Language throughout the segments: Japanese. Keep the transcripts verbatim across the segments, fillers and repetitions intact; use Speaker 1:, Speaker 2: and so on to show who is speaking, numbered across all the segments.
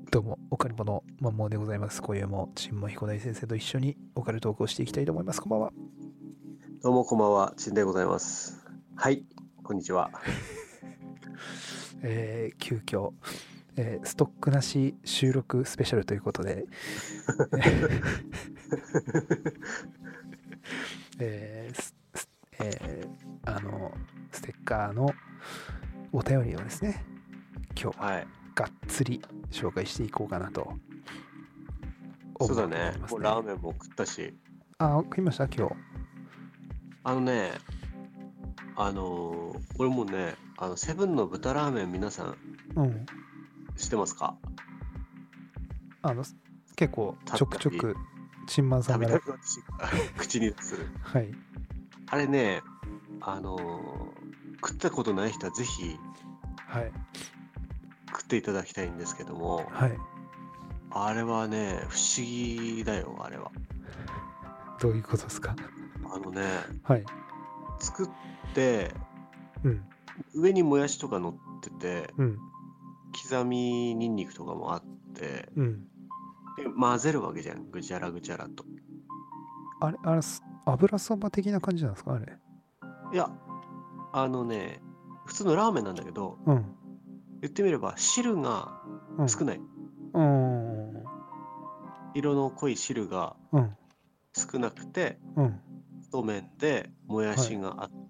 Speaker 1: どうも、オカルトのマンモーでございます。今夜も陳馬彦大先生と一緒にオカルトークをしていきたいと思います。こんばんは。
Speaker 2: どうもこんばんは、ちんでございます。はい、こんにちは。
Speaker 1: えー、急遽、えーストックなし収録スペシャルということで、えーすすえーあの、ステッカーのお便りをですね、今日は
Speaker 2: はい、
Speaker 1: がっつり紹介していこうかなと思ってお
Speaker 2: そうだね。
Speaker 1: りますね。
Speaker 2: もうラーメンも食ったし、
Speaker 1: あ、食いました今日。
Speaker 2: あのね、あのー、俺もね、あのセブンの豚ラーメン皆さん
Speaker 1: うん。
Speaker 2: 知ってますか？
Speaker 1: あの、結構ちょ
Speaker 2: たびたび、
Speaker 1: くちょく、チンマンさんが、
Speaker 2: たびたび私が口に出す。
Speaker 1: はい、
Speaker 2: あれね、あのー、食ったことない人はぜひ
Speaker 1: はい、
Speaker 2: 食っていただきたいんですけども、
Speaker 1: はい。
Speaker 2: あれはね、不思議だよ、あれは。
Speaker 1: どういうことですか？
Speaker 2: あのね、
Speaker 1: はい。
Speaker 2: 作って、
Speaker 1: うん。
Speaker 2: 上にもやしとか乗ってて、
Speaker 1: うん。
Speaker 2: 刻みニンニクとかもあって、
Speaker 1: うん。
Speaker 2: で混ぜるわけじゃん。ぐちゃらぐちゃらと。
Speaker 1: あれ、あれ、す油そば的な感じなんですかあれ。
Speaker 2: いや、あのね、普通のラーメンなんだけど、
Speaker 1: うん。
Speaker 2: 言ってみれば汁が
Speaker 1: うん。
Speaker 2: 少ない。
Speaker 1: うん。
Speaker 2: 色の濃い汁が
Speaker 1: うん。
Speaker 2: 少なくて、
Speaker 1: うん。
Speaker 2: 太麺でもや
Speaker 1: はい。
Speaker 2: しがあって、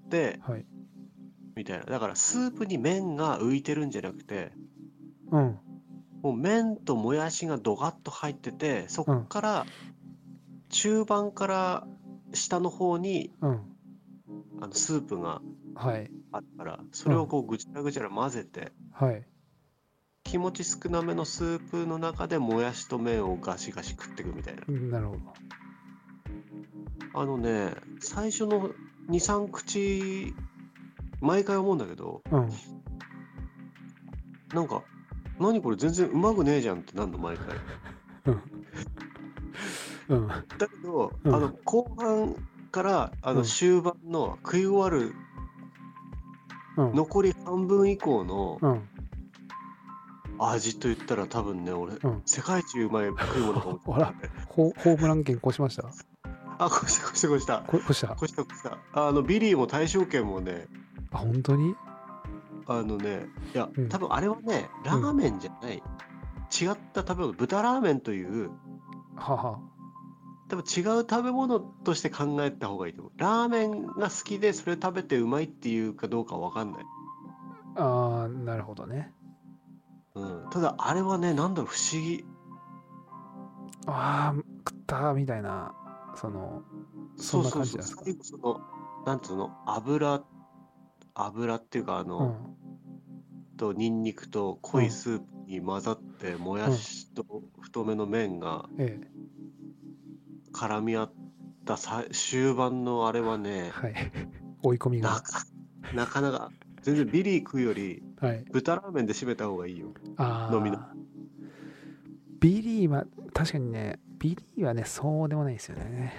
Speaker 1: はい。
Speaker 2: みたいな。だからスープに麺が浮いてるんじゃなくて、
Speaker 1: うん。
Speaker 2: もう麺ともやしがドカッと入ってて、そっ
Speaker 1: うん。
Speaker 2: から中盤から下の方に
Speaker 1: うん。
Speaker 2: あのスープが
Speaker 1: はい。
Speaker 2: あるから、そ
Speaker 1: うん。
Speaker 2: れをこうぐちゃらぐちゃら混ぜて、
Speaker 1: はい。
Speaker 2: 気持ち少なめのスープの中でもやしと麺をガシガシ食っていくみたいな。
Speaker 1: なるほど。
Speaker 2: あのね、最初のに、さん口、毎回思うんだけど、
Speaker 1: うん。
Speaker 2: なんか、何これ全然うまくねえじゃんってなるの、毎回。
Speaker 1: うん。うん。
Speaker 2: だけど、
Speaker 1: うん。
Speaker 2: あの、後半からあの
Speaker 1: うん。
Speaker 2: 終盤の食い終わる
Speaker 1: うん。
Speaker 2: 残り半分以降の
Speaker 1: うん。
Speaker 2: 味と言ったら多分ね、俺、
Speaker 1: うん。
Speaker 2: 世界一うまい食い物かもし
Speaker 1: ほら、
Speaker 2: れないね。
Speaker 1: ホホームラン権越しました。
Speaker 2: あ、越した越した越した。
Speaker 1: こ越した。
Speaker 2: 越した越した。あの、ビリーも大賞券もね、
Speaker 1: あ、本当に？
Speaker 2: あのね、いや、
Speaker 1: うん。
Speaker 2: 多分あれはね、ラ
Speaker 1: うん。
Speaker 2: ーメンじゃない。違った食べ物、豚ラーメンという、
Speaker 1: はは。
Speaker 2: 多分違う食べ物として考えた方がいいと思う。ラーメンが好きでそれ食べてうまいっていうかどうかわかんない。
Speaker 1: あー、なるほどね。
Speaker 2: うん。ただあれはね、なんだろう、不思議。
Speaker 1: あー、食ったみたいな、その、そんな
Speaker 2: そうそうそう。
Speaker 1: 感じなんですか？
Speaker 2: 最後その、なんつうの、油、油っていうか、あの、
Speaker 1: うん。
Speaker 2: とニンニクと濃い
Speaker 1: うん。
Speaker 2: スープに混ざって、もや
Speaker 1: うん。
Speaker 2: しと太めの麺が
Speaker 1: ええ。
Speaker 2: 絡み合ったさ終盤のあれはね、
Speaker 1: はい。追い込みが。
Speaker 2: なか、なかなか、全然ビリー食うより、
Speaker 1: はい。
Speaker 2: 豚ラーメンで締めた方がいいよ。飲みの。
Speaker 1: あー、ビリーは、確かにね、ビリーはね、そうでもないですよね。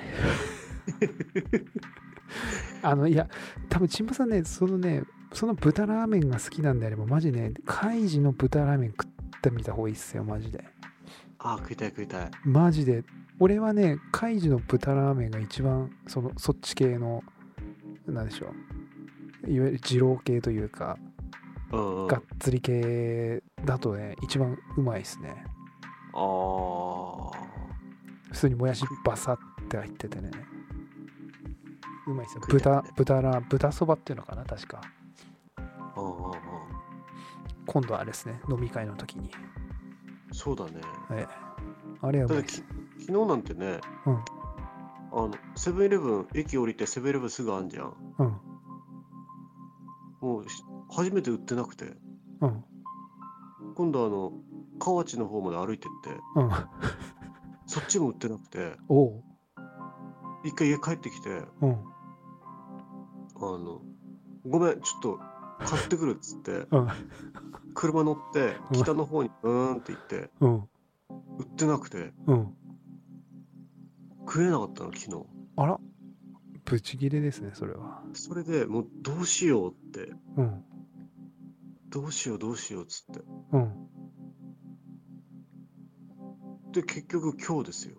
Speaker 1: あの、いや、多分、チンパさんね、そのね、その豚ラーメンが好きなんであれば、マジね、カイジの豚ラーメン食ってみた方がいいっすよ、マジで。
Speaker 2: ああ、食いたい食いたい。
Speaker 1: マジで。俺はね、カイジの豚ラーメンが一番、その、そっち系の、なんでしょう。いわゆる二郎系というか、
Speaker 2: うんうん。
Speaker 1: がっつり系だとね、一番うまいっすね。
Speaker 2: ああ、
Speaker 1: 普通にもやし
Speaker 2: 食い、
Speaker 1: バサって入っててね。うまいっすよ。豚、
Speaker 2: 食いたいね。
Speaker 1: 豚ラ、豚そばっていうのかな、確か。
Speaker 2: うんうんうん。
Speaker 1: 今度はあれですね、飲み会の時に。
Speaker 2: そうだね。
Speaker 1: ええ、あれはう
Speaker 2: だってき、
Speaker 1: まいっす。
Speaker 2: 昨日なんてね、
Speaker 1: うん、
Speaker 2: あの、セブンイレブン、駅降りてセブンイレブンすぐあんじゃん。
Speaker 1: うん、
Speaker 2: もうし、初めて売ってなくて。
Speaker 1: うん、
Speaker 2: 今度あの、河内の方まで歩いてって、
Speaker 1: うん。
Speaker 2: そっちも売ってなくて、
Speaker 1: おう、
Speaker 2: 一回家帰ってきて、
Speaker 1: うん、
Speaker 2: あの、ごめん、ちょっと買ってくるっつって、
Speaker 1: うん、
Speaker 2: 車乗って
Speaker 1: うん、
Speaker 2: 北の方にうーんって行って、
Speaker 1: うん、
Speaker 2: 売ってなくて、
Speaker 1: うん。
Speaker 2: 食えなかったの、昨日。
Speaker 1: あら、ブチギレですね、それは。
Speaker 2: それでもうどうしようって、
Speaker 1: うん、
Speaker 2: どうしようどうしようっつって。
Speaker 1: うん。
Speaker 2: で結局今日ですよ。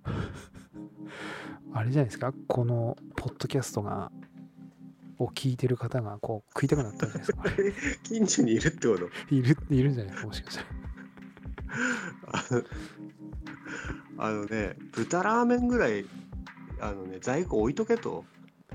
Speaker 1: あれじゃないですか、このポッドキャストがを聞いてる方がこう食いたくなったんじゃないですか、ね、
Speaker 2: 近所にいるってこと？
Speaker 1: いるいるんじゃないですか、もしかしたら。
Speaker 2: あのあのね、豚ラーメンぐらいあのね在庫置いとけと。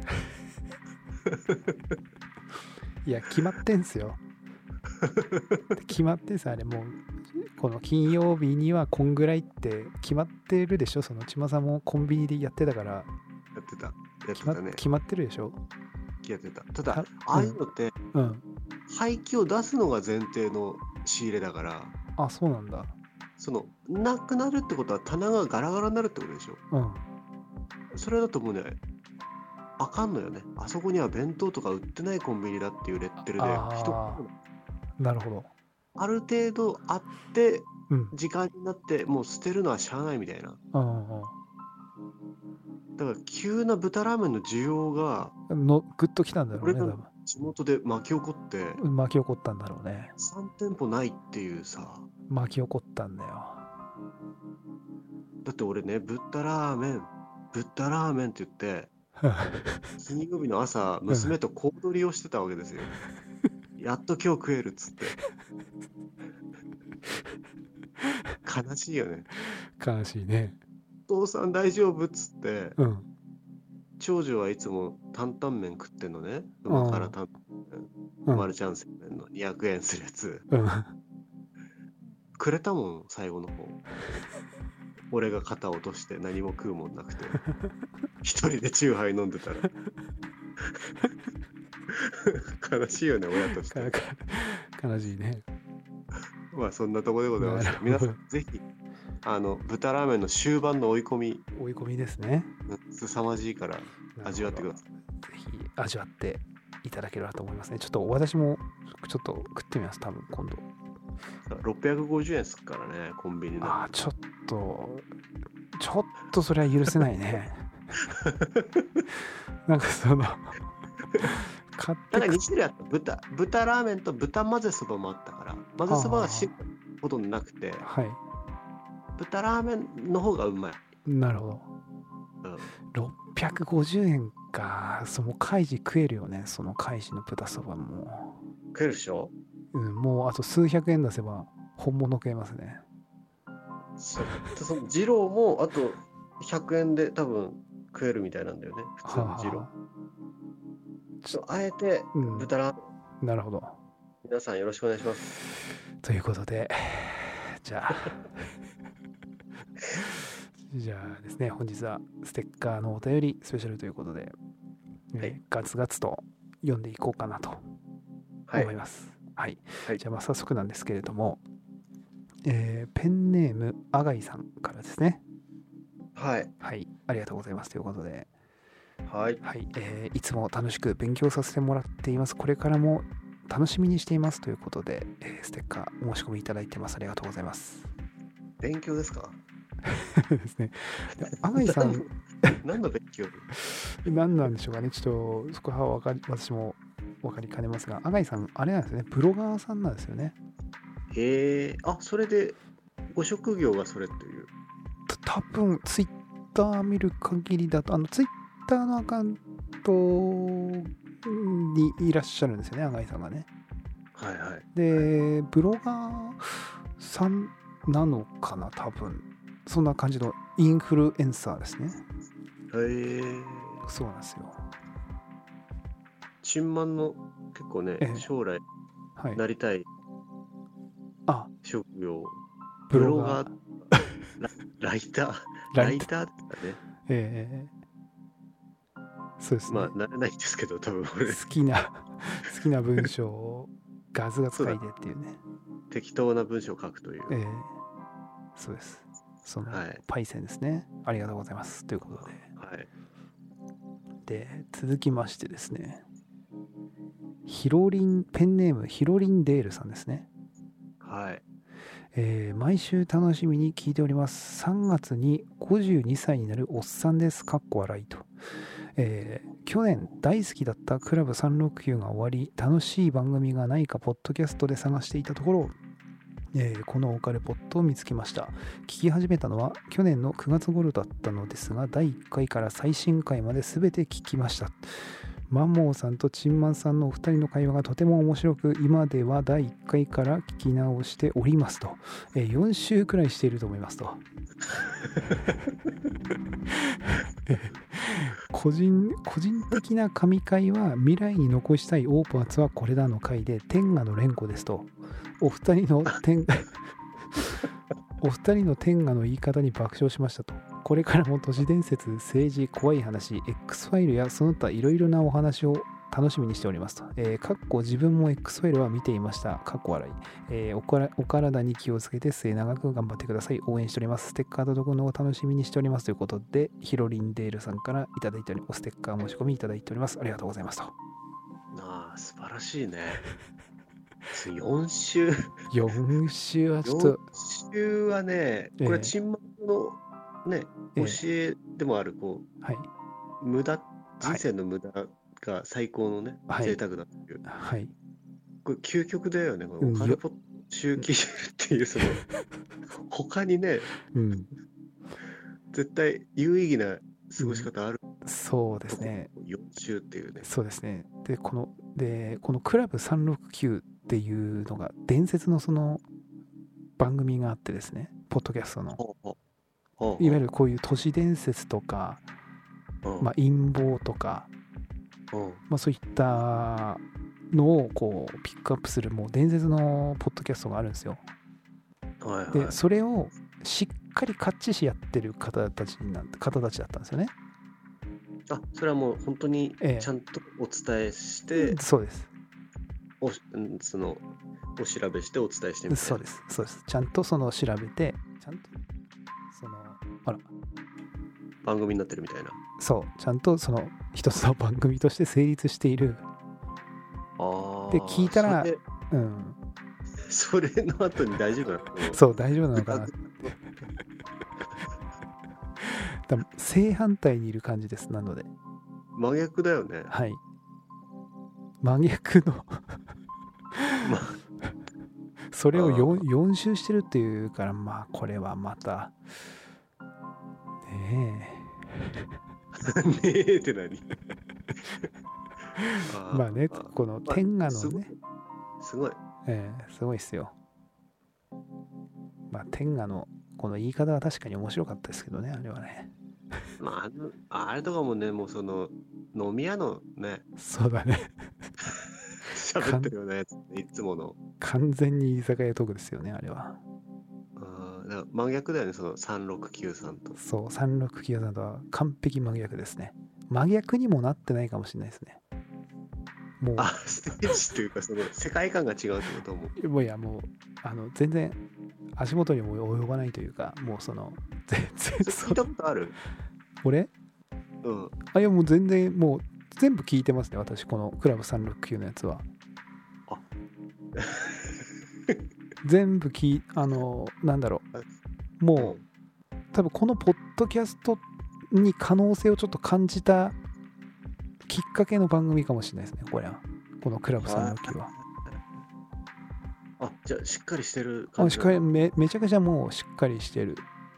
Speaker 1: いや決まってんすよ。決まってんすあれもうこの金曜日にはこんぐらいって決まってるでしょ。そのちまさんもコンビニでやってたから
Speaker 2: やってたやって
Speaker 1: 決ま
Speaker 2: たね。
Speaker 1: 決まってるでしょ。
Speaker 2: やってた。ただ
Speaker 1: た
Speaker 2: ああいうのって
Speaker 1: うん
Speaker 2: 廃棄を出すのが前提の仕入れだから、
Speaker 1: あそうなんだ。
Speaker 2: そのなくなるってことは棚がガラガラになるってことでしょ。
Speaker 1: うん
Speaker 2: それだともうね、あかんのよね。あそこには弁当とか売ってないコンビニだっていうレッテルで
Speaker 1: あ
Speaker 2: 人
Speaker 1: あなるほど。
Speaker 2: ある程度あって
Speaker 1: うん
Speaker 2: 時間になってもう捨てるのはしゃあないみたいな。
Speaker 1: うん
Speaker 2: だから急な豚ラーメンの需要が
Speaker 1: うんのグッときたんだろうね。
Speaker 2: 俺の
Speaker 1: 多
Speaker 2: 地元で巻き起こって
Speaker 1: 分巻き起こったんだろうね。
Speaker 2: さん店舗ないっていうさ。
Speaker 1: 巻き起こったんだよ。
Speaker 2: だって俺ね、豚ラーメン豚ラーメンって言って金曜日の朝娘と小躍りをしてたわけですよ。やっと今日食えるっつって悲しいよね。
Speaker 1: 悲しいね。
Speaker 2: お父さん大丈夫っつって
Speaker 1: うん
Speaker 2: 長女はいつも担々麺食ってんのね。うま辛担々麺、
Speaker 1: うん
Speaker 2: マルちゃん製麺のにひゃくえんするやつ
Speaker 1: うん
Speaker 2: くれたもん最後の方。俺が肩を落として何も食うもんなくて一人でチューハイ飲んでたら悲しいよね親として。
Speaker 1: かか悲しいね。
Speaker 2: まあそんなとこでございます
Speaker 1: なる。ほど
Speaker 2: 皆さんぜひあの豚ラーメンの終盤の追い込み
Speaker 1: 追い込みですね。
Speaker 2: うん凄まじいから味わってください。
Speaker 1: ぜひ味わっていただければと思いますね。ちょっと私もちょっと食ってみます。多分今度。
Speaker 2: ろっぴゃくごじゅうえんすっからねコンビニの。
Speaker 1: ああちょっとちょっとそれは許せないね。なんかその買って
Speaker 2: なんかに種類あった。豚豚ラーメンと豚混ぜそばもあったから混ぜそばはしほとんどなくて
Speaker 1: はい
Speaker 2: 豚ラーメンの方がうまい。
Speaker 1: なるほど。
Speaker 2: うん、
Speaker 1: ろっぴゃくごじゅうえんか。そのカイジ食えるよね。そのカイジの豚そばも。
Speaker 2: 食えるでしょ。
Speaker 1: うん、もうあと数百円出せば本物食えますね。
Speaker 2: そその二郎もあとひゃくえんで多分食えるみたいなんだよね普通の二郎。
Speaker 1: は
Speaker 2: あ、あえて
Speaker 1: うん
Speaker 2: 豚ラーメン、
Speaker 1: なるほど。
Speaker 2: 皆さんよろしくお願いします。
Speaker 1: ということでじゃあじゃあですね本日はステッカーのお便りスペシャルということで、えー
Speaker 2: はい
Speaker 1: ガツガツと読んでいこうかなと
Speaker 2: はい
Speaker 1: 思います。はい、
Speaker 2: はい
Speaker 1: じゃあまあ早速なんですけれども、えーペンネームあがいさんからですね。
Speaker 2: はい
Speaker 1: はいありがとうございますということで、
Speaker 2: はい
Speaker 1: はいえーいつも楽しく勉強させてもらっています。これからも楽しみにしていますということで、えーステッカー申し込みいただいてます。ありがとうございます。
Speaker 2: 勉強ですか。
Speaker 1: ですね。あがいさん
Speaker 2: 何の勉強。
Speaker 1: 何なんでしょうかね。ちょっとそこはわかり私も分かりかねますが、あがいさんあれなんですね。ブロガーさんなんですよね。
Speaker 2: へえ、あ、それでご職業がそれという。
Speaker 1: た多分ツイッター見る限りだとあのツイッターのアカウントにいらっしゃるんですよね、あがいさんがね。
Speaker 2: はいはい。
Speaker 1: でブロガーさんなのかな、多分そんな感じのインフルエンサーですね。
Speaker 2: へえ。
Speaker 1: そうなんですよ。
Speaker 2: チンマンの結構ね、
Speaker 1: ええ
Speaker 2: 将来
Speaker 1: はい。
Speaker 2: なりたい
Speaker 1: あ
Speaker 2: 職業、
Speaker 1: ブロガー。
Speaker 2: ラライター、
Speaker 1: ライタ
Speaker 2: ライターですかね。
Speaker 1: えー、そうですね。
Speaker 2: まあ、なれないんですけど、多分俺、
Speaker 1: 好きな好きな文章をガツガツ書いてっていうね。
Speaker 2: 適当な文章を書くという。
Speaker 1: えー、そうです。その、
Speaker 2: はい
Speaker 1: パイセンですね。ありがとうございます。ということで。
Speaker 2: はい。
Speaker 1: で、続きましてですね。ヒロリン、ペンネームヒロリンデールさんですね。
Speaker 2: はい。
Speaker 1: えー毎週楽しみに聞いております。さんがつにごじゅうにさいになるおっさんです。かっこ笑いと。えー去年大好きだったクラブさんろくきゅうが終わり、楽しい番組がないかポッドキャストで探していたところ、 えーこのオカルポットを見つけました。聞き始めたのは去年のくがつ頃だったのですが、だいいっかいから最新回まで全て聞きました。マンモーさんとチンマンさんのお二人の会話がとても面白く、今ではだいいっかいから聞き直しておりますと。えーよん週くらいしていると思いますと。えー個人個人的な神回は未来に残したいオーパーツはこれらの回で天下の連呼ですと。お二人の天お二人の天下の言い方に爆笑しましたと。これからも都市伝説、政治、怖い話、X ファイルやその他いろいろなお話を楽しみにしておりますと。えー、かっこ自分も X ファイルは見ていました。かっこ笑い。えーおから。お体に気をつけて末永く頑張ってください。応援しております。ステッカー届くのを楽しみにしておりますということで、ヒロリンデールさんからいただいております。ステッカー申し込みいただいております。ありがとうございますと。
Speaker 2: ああ、素晴らしいね。よん週。
Speaker 1: よん週はちょっと。
Speaker 2: よん週はね、これは沈黙のね、
Speaker 1: ええ
Speaker 2: 教えでもある、こ
Speaker 1: はい。
Speaker 2: う、無駄、人生の無駄が最高のね、
Speaker 1: はい
Speaker 2: 贅沢だっていう。
Speaker 1: はい。
Speaker 2: これ究極だよね、こ
Speaker 1: うん
Speaker 2: のオカルポット周期っていう、その、他にね、
Speaker 1: うん。
Speaker 2: 絶対有意義な過ごし方ある
Speaker 1: そうですね。
Speaker 2: とこよん週っていうね。
Speaker 1: そうですね。で、この、で、このクラブさんろくきゅうっていうのが伝説のその番組があってですね、ポッドキャストの。
Speaker 2: ほうほうほうほう
Speaker 1: いわゆるこういう都市伝説とか、
Speaker 2: うん
Speaker 1: まあ、陰謀とか、
Speaker 2: うん
Speaker 1: まあ、そういったのをこうピックアップするもう伝説のポッドキャストがあるんですよ。
Speaker 2: はいはい。
Speaker 1: で、それをしっかりかっちしやってる方たちにな方たちだったんですよね。
Speaker 2: あ、それはもう本当に
Speaker 1: ええ
Speaker 2: ちゃんとお伝えして、
Speaker 1: そうです。
Speaker 2: おしうんそのお調べしてお伝えしてみたいな。
Speaker 1: そうです。そうです。ちゃんとその調べて、ちゃんとその、あら、
Speaker 2: 番組になってるみたいな。
Speaker 1: そう、ちゃんとその一つの番組として成立している。
Speaker 2: ああ。
Speaker 1: で聞いたら
Speaker 2: それ、
Speaker 1: うん、
Speaker 2: それの後に大丈夫なの？
Speaker 1: そう、大丈夫なのかな。だ正反対にいる感じです。なので、
Speaker 2: 真逆だよね。
Speaker 1: はい。真逆の
Speaker 2: ま
Speaker 1: それを
Speaker 2: あ
Speaker 1: 4, 4周してるっていうから、まあ、これはまた、ね
Speaker 2: ねえって何？
Speaker 1: え。まあね、この天下のね、
Speaker 2: すごい。
Speaker 1: ええすごいっすよ。まあ、天下のこの言い方は確かに面白かったですけどね、あれはね。
Speaker 2: まあ、あのあれとかもね、もうその飲み屋のね、
Speaker 1: そうだね。
Speaker 2: 喋ってるようなやつ、いつもの。
Speaker 1: 完全に居酒屋トークですよね、あれは。
Speaker 2: あーだから真逆だよね、そのさんろくきゅうさんと。
Speaker 1: そう、さんろくきゅうさんとは完璧真逆ですね。真逆にもなってないかもしれないですね。もう、
Speaker 2: あ、ステージというか、その世界観が違うってことも。
Speaker 1: もういや、もう、あの、全然足元にも及ばないというか、もうその、全然
Speaker 2: 聞いたことある？
Speaker 1: 俺
Speaker 2: うん。
Speaker 1: あ、いや、もう全然、もう全部聞いてますね、私、このクラブさんろくきゅうのやつは。
Speaker 2: あ
Speaker 1: 全部聞い、あの、なんだろう、もう、多分このポッドキャストに可能性をちょっと感じたきっかけの番組かもしれないですね、これは。このクラブさんろくきゅうは。
Speaker 2: あ、じゃあしっかりしてる
Speaker 1: あ
Speaker 2: 感じ
Speaker 1: しっかりめ、めちゃくちゃもうしっかりしてる。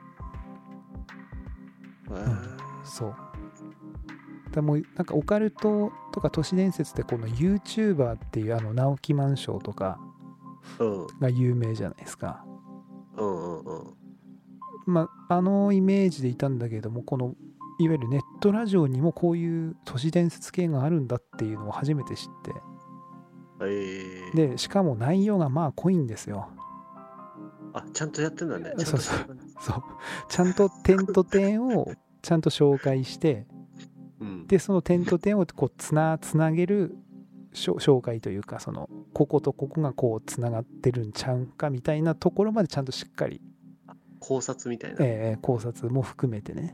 Speaker 2: へー
Speaker 1: うんそう。だもうなんかオカルトとか都市伝説ってこの YouTuber っていうあの直木マンションとか
Speaker 2: うん
Speaker 1: が有名じゃないですか。
Speaker 2: うんうんうん。
Speaker 1: まあ、あのイメージでいたんだけども、このいわゆるネットラジオにもこういう都市伝説系があるんだっていうのを初めて知って、
Speaker 2: えー、
Speaker 1: でしかも内容がまあ濃いんですよ。
Speaker 2: あ、ちゃんとやってんだね。ちゃんと
Speaker 1: そうそう
Speaker 2: してるね
Speaker 1: そうちゃんと点と点をちゃんと紹介して、
Speaker 2: うん。
Speaker 1: でその点と点をこうつなつなげるしょ紹介というか、そのこことここがこうつながってるんちゃうんかみたいなところまでちゃんとしっかり、
Speaker 2: 考察みたいな。
Speaker 1: えー考察も含めてね。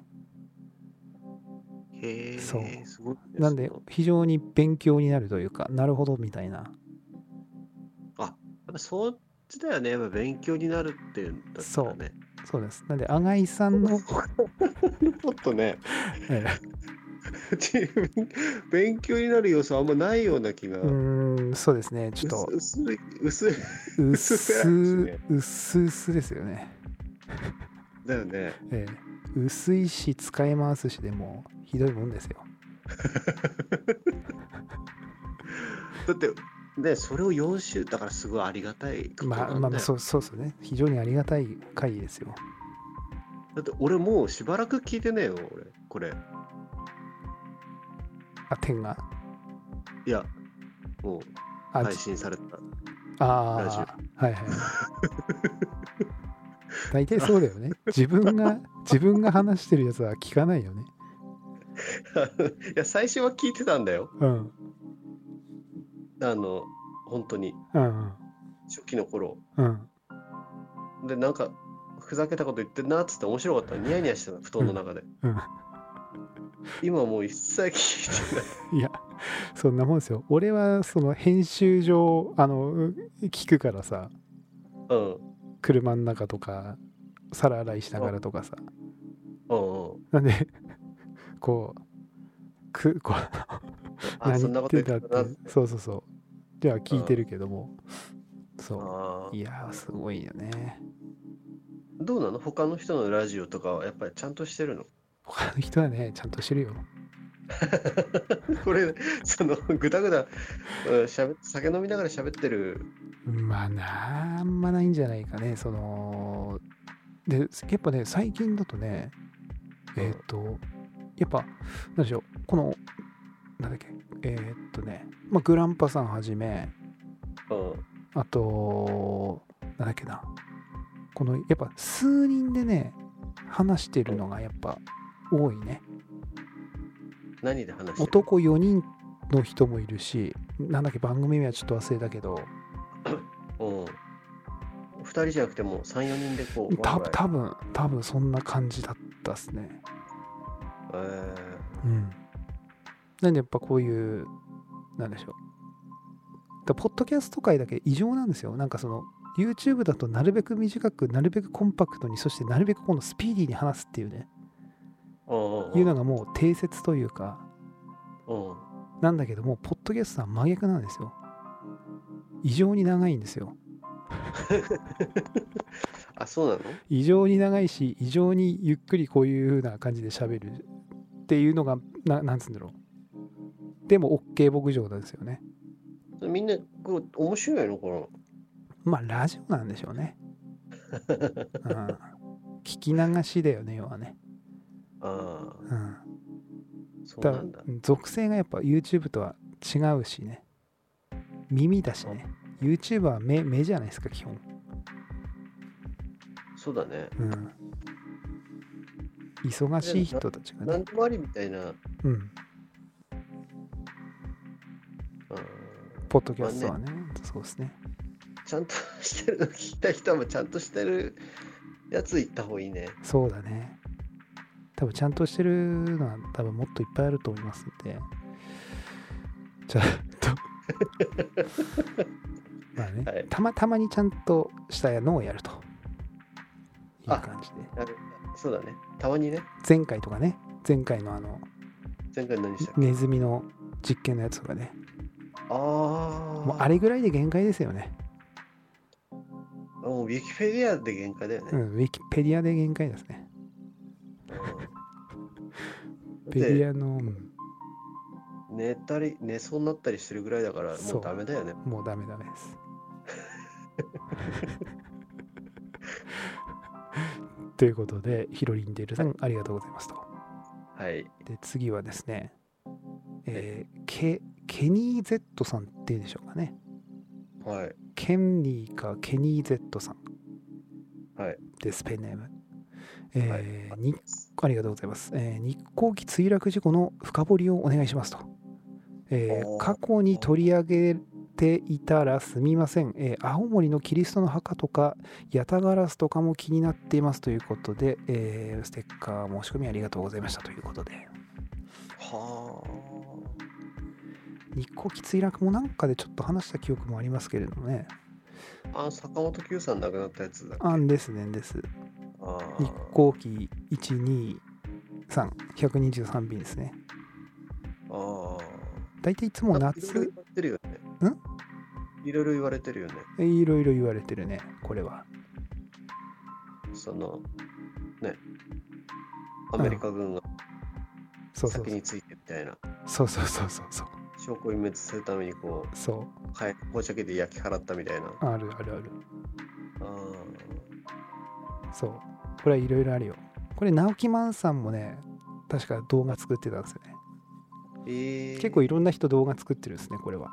Speaker 2: へえ、
Speaker 1: そう
Speaker 2: すごいね。
Speaker 1: なんで
Speaker 2: その
Speaker 1: 非常に勉強になるというか、なるほどみたいな。
Speaker 2: あ、やっぱそっちだよね。やっぱ勉強になるっていうんだったらね。
Speaker 1: そうです。なんで、新井さんの、
Speaker 2: ちょっとね、
Speaker 1: え
Speaker 2: 自分勉強になる要素あんまないような気が。
Speaker 1: うーん、そうですね。ちょっと
Speaker 2: 薄い、薄い、
Speaker 1: 薄
Speaker 2: 薄っぺらいしね。
Speaker 1: 薄々ですよね。
Speaker 2: だよね。
Speaker 1: ええ、薄いし使い回すしでもうひどいもんですよ。
Speaker 2: だって、ね、それをよん週、だからすごいありがたいこと
Speaker 1: まあ
Speaker 2: なんだよ。
Speaker 1: まあまあそうそうですね。非常にありがたい回ですよ。
Speaker 2: だって俺もうしばらく聞いてねえよ、俺、これ。
Speaker 1: あ、点が。
Speaker 2: いや、もう
Speaker 1: あ、
Speaker 2: 配
Speaker 1: じ
Speaker 2: 信されたラジ
Speaker 1: ああ、はいはい。大体そうだよね。自分が、自分が話してるやつは聞かないよね。
Speaker 2: オ。いや、最初は聞いてたんだよ。
Speaker 1: うん。
Speaker 2: あの、本当に、
Speaker 1: うん
Speaker 2: 初期の頃。
Speaker 1: うん。
Speaker 2: で、なんか、ふざけたこと言ってんなっつって面白かった。ニヤニヤしてた、布団の中で。
Speaker 1: うん。
Speaker 2: 今もう一切聞いてない。
Speaker 1: いや、そんなもんですよ。俺はその編集上、あの、聞くからさ、
Speaker 2: うん。
Speaker 1: 車の中とか、皿洗いしながらとかさ。
Speaker 2: うんうん。
Speaker 1: なんで、こう、く、こう、
Speaker 2: あ、
Speaker 1: 何言
Speaker 2: そんなこと
Speaker 1: ってんだって
Speaker 2: 言ってたなっ、て。
Speaker 1: そうそうそう。じゃあ聞いてるけども、そ
Speaker 2: あ
Speaker 1: う。いやー、すごいよね。
Speaker 2: ーどうなの他の人のラジオとかはやっぱりちゃんとしてるの？
Speaker 1: 他の人はね、ちゃんとしてるよ。
Speaker 2: これ、その、ぐだぐだ、うんしゃべ酒飲みながら喋ってる。
Speaker 1: まあなあんまないんじゃないかね。その、で、やっぱね、最近だとね、えっ、と、やっぱ、なんでしょう、この、なんだっけ、えーっとね、まあ、グランパさんはじめ、
Speaker 2: うん。
Speaker 1: あと、なんだっけな、この、やっぱ数人でね、話してるのがやっぱ多いね。
Speaker 2: 何で話してる？
Speaker 1: 男よにんの人もいるし、なんだっけ、番組名はちょっと忘れたけど、
Speaker 2: うん。ふたりじゃなくてもさん、よにんでこう、
Speaker 1: た
Speaker 2: ワイワイ。
Speaker 1: 多分多分そんな感じだったっすね。
Speaker 2: え
Speaker 1: うん。なんでやっぱこういう、なんでしょう。だポッドキャスト界だけ異常なんですよ。なんかその、YouTube だとなるべく短く、なるべくコンパクトに、そしてなるべくこのスピーディーに話すっていうね、
Speaker 2: ー、うんうん
Speaker 1: いうのがもう定説というか、
Speaker 2: うん。うん。
Speaker 1: なんだけども、ポッドキャストは真逆なんですよ。異常に長いんですよ。
Speaker 2: あ、そうなの？
Speaker 1: 異常に長いし、異常にゆっくりこういう風な感じで喋るっていうのが、ななんつうんだろう。でも OK 牧場なんですよね。
Speaker 2: みんな、こう、面白いのかな？
Speaker 1: まあ、ラジオなんでしょうね。うん、聞き流しだよね、要はね。
Speaker 2: ああ、
Speaker 1: うん、だ
Speaker 2: そうなんだ。
Speaker 1: 属性がやっぱ YouTube とは違うしね。耳だしね。YouTube は目、目じゃないですか、基本。
Speaker 2: そうだね。
Speaker 1: うん。忙しい人たちがね。
Speaker 2: なんでもありみたいな。
Speaker 1: うん。
Speaker 2: うん
Speaker 1: ポッドキャストは
Speaker 2: ま
Speaker 1: ね。そうですね。
Speaker 2: ちゃんとしてるの聞きたい人はもうちゃんとしてるやつ行った方がいいね。
Speaker 1: そうだね。多分ちゃんとしてるのは多分もっといっぱいあると思いますんで。ちゃんとまあね、
Speaker 2: はい
Speaker 1: たまたまにちゃんとしたのをやるという
Speaker 2: あ
Speaker 1: 感じで。
Speaker 2: あるそうだね。たまにね。
Speaker 1: 前回とかね、前回のあの
Speaker 2: 前回何したっけ？
Speaker 1: ネズミの実験のやつとかね、
Speaker 2: ああ。
Speaker 1: もうあれぐらいで限界ですよね。
Speaker 2: もうウィキペディアで限界だよね。
Speaker 1: うん、ウィキペディアで限界ですね。
Speaker 2: うん
Speaker 1: ペディ
Speaker 2: で
Speaker 1: アの、うん
Speaker 2: 寝たり寝そうになったりしてるぐらいだから
Speaker 1: そう
Speaker 2: もうダメだよね。
Speaker 1: もうダメダメです。ということで、ヒロリンデルさん、ありがとうございますと。
Speaker 2: はい。
Speaker 1: で、次はですね、えーケケニー Z さんっていうんでしょうかね。
Speaker 2: はい。
Speaker 1: ケンニーかケニー Z さん
Speaker 2: はい。
Speaker 1: です、ペンネーム。えー
Speaker 2: はい
Speaker 1: にありがとうございます、えー日航機墜落事故の深掘りをお願いしますと。えー
Speaker 2: おー
Speaker 1: 過去に取り上げていたらすみません、えー青森のキリストの墓とかヤタガラスとかも気になっていますということで、えーステッカー申し込みありがとうございましたということで、
Speaker 2: は
Speaker 1: 日航機墜落もなんかでちょっと話した記憶もありますけれどもね。
Speaker 2: あ。あ、坂本九さん亡くなったやつだっけ？
Speaker 1: あんですねです。
Speaker 2: あ
Speaker 1: 日航機いちにさん、ひゃくにじゅうさん便ですね。 大体いつも
Speaker 2: なんかいろいろ
Speaker 1: 夏
Speaker 2: 言われてるよね。
Speaker 1: ん
Speaker 2: いろいろ言われてるよね。
Speaker 1: いろいろ言われてるね、これは。
Speaker 2: その、ね、アメリカ軍が
Speaker 1: そうそう
Speaker 2: 先についてみたいな。
Speaker 1: そうそうそうそうそう
Speaker 2: 証拠隠滅するためにこう、
Speaker 1: そ
Speaker 2: はい、放射器で焼き払ったみたいな。
Speaker 1: うあるあるある
Speaker 2: あ
Speaker 1: そうこれはいろいろあるよ。これ直木マンさんもね確か動画作ってたんですよね。
Speaker 2: ー、えー、
Speaker 1: 結構いろんな人動画作ってるんですねこれは。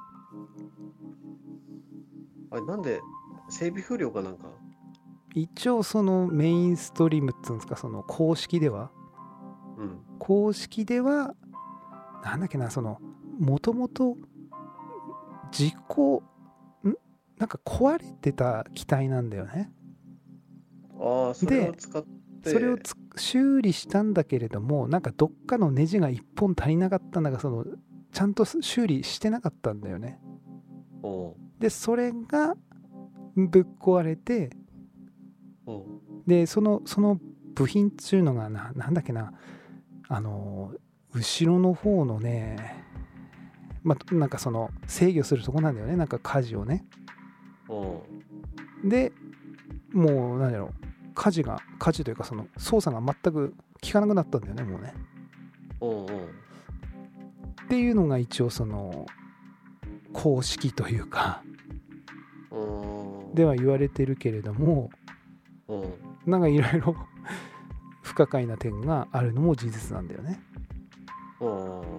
Speaker 2: あれなんで整備不良かなんか。
Speaker 1: 一応そのメインストリームっつうんですか、その公式では
Speaker 2: うん。
Speaker 1: 公式ではなんだっけな、そのもともと事故んなんか壊れてた機体なんだよね。
Speaker 2: ああ、それを使って。
Speaker 1: それをつ修理したんだけれども、なんかどっかのネジがいっぽん足りなかったんだが、そのちゃんと修理してなかったんだよね。
Speaker 2: おう
Speaker 1: でそれがぶっ壊れて、
Speaker 2: おう
Speaker 1: でそのその部品っていうのがな、なんだっけな、あの後ろの方のね、まあなんかその制御するとこなんだよね、なんか舵をね。
Speaker 2: おう
Speaker 1: でもう何だろう、舵が舵というかその操作が全く効かなくなったんだよねもうね。
Speaker 2: おうおう
Speaker 1: っていうのが一応その公式というか
Speaker 2: おう
Speaker 1: では言われてるけれども、
Speaker 2: おう
Speaker 1: なんかいろいろ不可解な点があるのも事実なんだよね。
Speaker 2: おう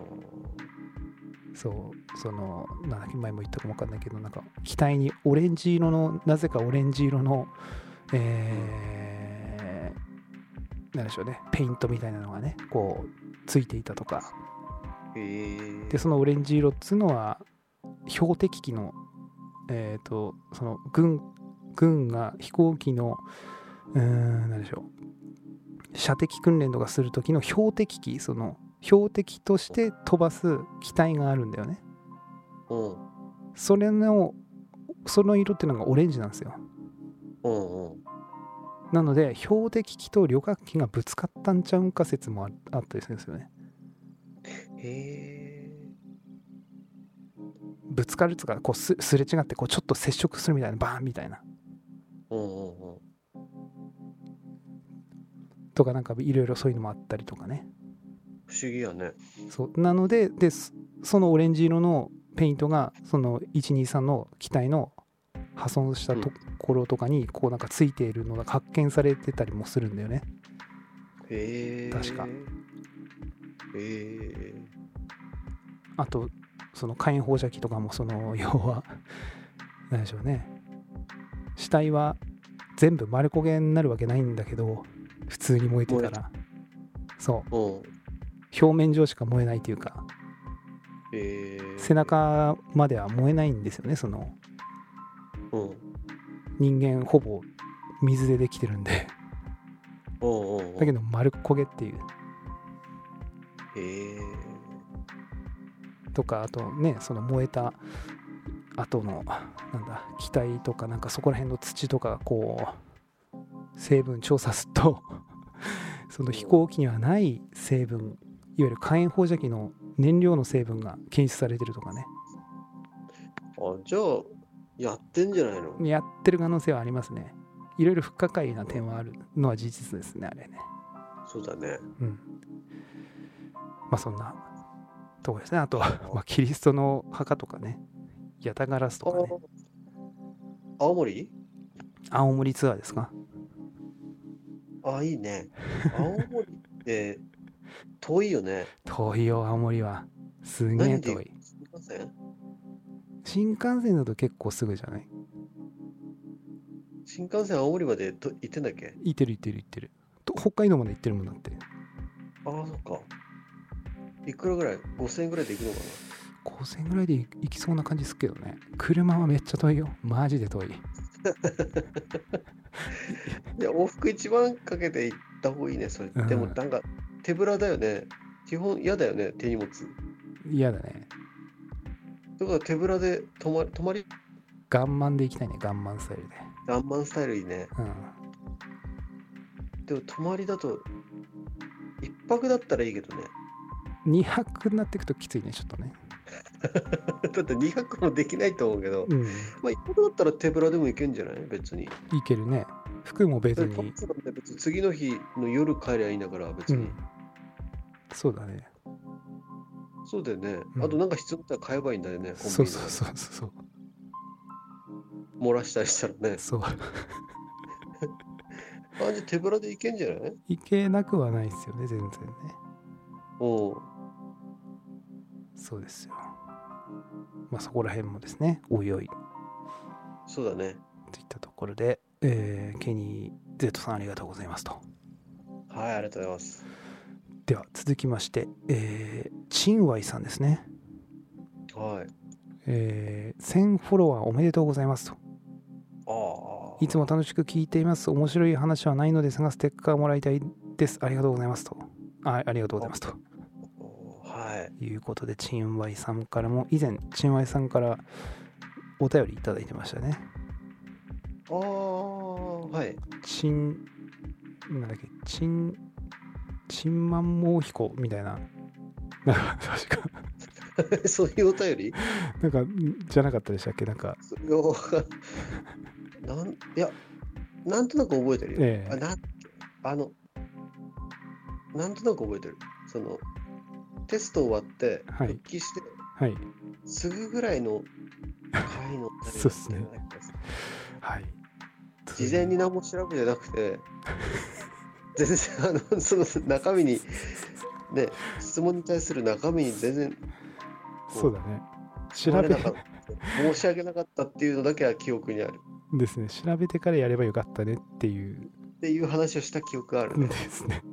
Speaker 1: そうそのなんだっけ、前も言ったかも分かんないけど、なんか機体にオレンジ色の、なぜかオレンジ色のえー、なんでしょうね、ペイントみたいなのがねこうついていたとか。
Speaker 2: へえ。
Speaker 1: でそのオレンジ色っつうのは標的機のえっ、ー、とその軍軍が飛行機のうーんなんでしょう、射的訓練とかする時の標的機、その標的として飛ばす機体があるんだよね。
Speaker 2: おう
Speaker 1: それのその色っていうのがオレンジなんですよ。
Speaker 2: おうおう
Speaker 1: なので標的機と旅客機がぶつかったんちゃうんか説も あ, あったりするんですよね。
Speaker 2: へえ。
Speaker 1: ぶつかるっつうかこう す, すれ違ってこうちょっと接触するみたいな、バーンみたいな
Speaker 2: おうおう
Speaker 1: とか、なんかいろいろそういうのもあったりとかね。
Speaker 2: 不思議やね。
Speaker 1: そうなので、でそのオレンジ色のペイントがそのいちにさんの機体の破損したところとかにこうなんかついているのが発見されてたりもするんだよね。
Speaker 2: へえ。
Speaker 1: 確か。
Speaker 2: へえ。
Speaker 1: あとその火炎放射器とかもその要は何でしょうね、死体は全部丸焦げになるわけないんだけど、普通に燃えてたらそう
Speaker 2: おう
Speaker 1: 表面上しか燃えないというか、
Speaker 2: へえ。
Speaker 1: 背中までは燃えないんですよね。その
Speaker 2: うん
Speaker 1: 人間ほぼ水でできてるんで、
Speaker 2: おうおうおう
Speaker 1: だけど丸焦げっていう。
Speaker 2: へえ。
Speaker 1: とか、あとね、その燃えた後のなんだ機体とか、なんかそこら辺の土とかこう成分調査するとその飛行機にはない成分、いわゆる火炎放射器の燃料の成分が検出されてるとかね。
Speaker 2: あ、じゃあやってんじゃないの。
Speaker 1: やってる可能性はありますね。いろいろ不可解な点はあるのは事実ですね、あれね。
Speaker 2: そうだね。
Speaker 1: うん。まあそんなとこですね。あとは、まあ、キリストの墓とかね、ヤタガラスとかね。
Speaker 2: あ青森
Speaker 1: 青森ツアーですか。
Speaker 2: あ、いいね。青森って遠いよね。
Speaker 1: 遠いよ、青森は。すげえ
Speaker 2: 何で
Speaker 1: 遠い。
Speaker 2: すみません。
Speaker 1: 新幹線だと結構すぐじゃない？
Speaker 2: 新幹線青森までと行ってんだっけ。
Speaker 1: 行ってる行ってる行ってる。と北海道まで行ってるもんだって。
Speaker 2: ああ、そっか。いくらぐらい ?ごせんえんぐらいで行くのかな。
Speaker 1: ごせんえんぐらいで行きそうな感じするけどね。車はめっちゃ遠いよ。マジで遠い。
Speaker 2: いや、往復一番かけて行った方がいいね、それ。
Speaker 1: うん
Speaker 2: でもなんか手ぶらだよね。基本嫌だよね、手荷物。
Speaker 1: 嫌だね。
Speaker 2: だから手ぶらで泊ま泊まり、
Speaker 1: ガンマンで行きたいね、ガンマンスタイルで。
Speaker 2: ランマンスタイルいいね。
Speaker 1: うん。
Speaker 2: でも泊まりだと、一泊だったらいいけどね。
Speaker 1: にはくになっていくときついね、ちょっとね。
Speaker 2: だってにひゃくもできないと思うけど、
Speaker 1: うん。
Speaker 2: まあ、一泊だったら手ぶらでもいけんじゃない別に。
Speaker 1: いけるね。服も別に。
Speaker 2: パンツなんて別に次の日の夜帰りゃいいんだから別に。
Speaker 1: うん。そうだね。
Speaker 2: そうだよね。
Speaker 1: うん
Speaker 2: あとなんか必要だったら買えばいいんだよね、コンビニで。
Speaker 1: そうそうそうそう。
Speaker 2: 漏らしたりしたらね。
Speaker 1: そう。
Speaker 2: あ、じゃあ手ぶらでいけんじゃない？
Speaker 1: いけなくはないですよね、全然ね。
Speaker 2: おう。
Speaker 1: そうですよ。まあそこら辺もですね、おいおい
Speaker 2: そうだね。
Speaker 1: といったところで、えー、ケニー Z さんありがとうございますと。
Speaker 2: はい、ありがとうございます。
Speaker 1: では続きまして、えー、チンワイさんですね。
Speaker 2: はい。
Speaker 1: えー、せんフォロワーおめでとうございますと。
Speaker 2: ああ。
Speaker 1: いつも楽しく聞いています。面白い話はないのですが、ステッカーもらいたいです。ありがとうございますと。あありがとうございますと。
Speaker 2: はい。
Speaker 1: いうことで、チンワイさんからも、以前、チンワイさんからお便りいただいてましたね。
Speaker 2: ああ、はい。
Speaker 1: チン、なんだっけ、チン、チンマンモウヒコみたいな。なんか、確か。
Speaker 2: そういうお便り
Speaker 1: なんか、じゃなかったでしたっけなんか。
Speaker 2: それをなんいや、なんとなく覚えてるよ。
Speaker 1: ええ
Speaker 2: あ、なんあの、なんとなく覚えてる。その、テスト終わって、
Speaker 1: はい
Speaker 2: 復帰して、
Speaker 1: はい。
Speaker 2: すぐぐらいの回のお便り
Speaker 1: そうっすね
Speaker 2: だったような気がする
Speaker 1: はい。
Speaker 2: 事前に何も調べてなくて、全然、あの、その中身に、ね、質問に対する中身に全然
Speaker 1: そうだね。調べ
Speaker 2: 調べなかった申し訳なかったっていうのだけは記憶にある
Speaker 1: ですね。調べてからやればよかったねっていう
Speaker 2: っていう話をした記憶があるね。
Speaker 1: ですね。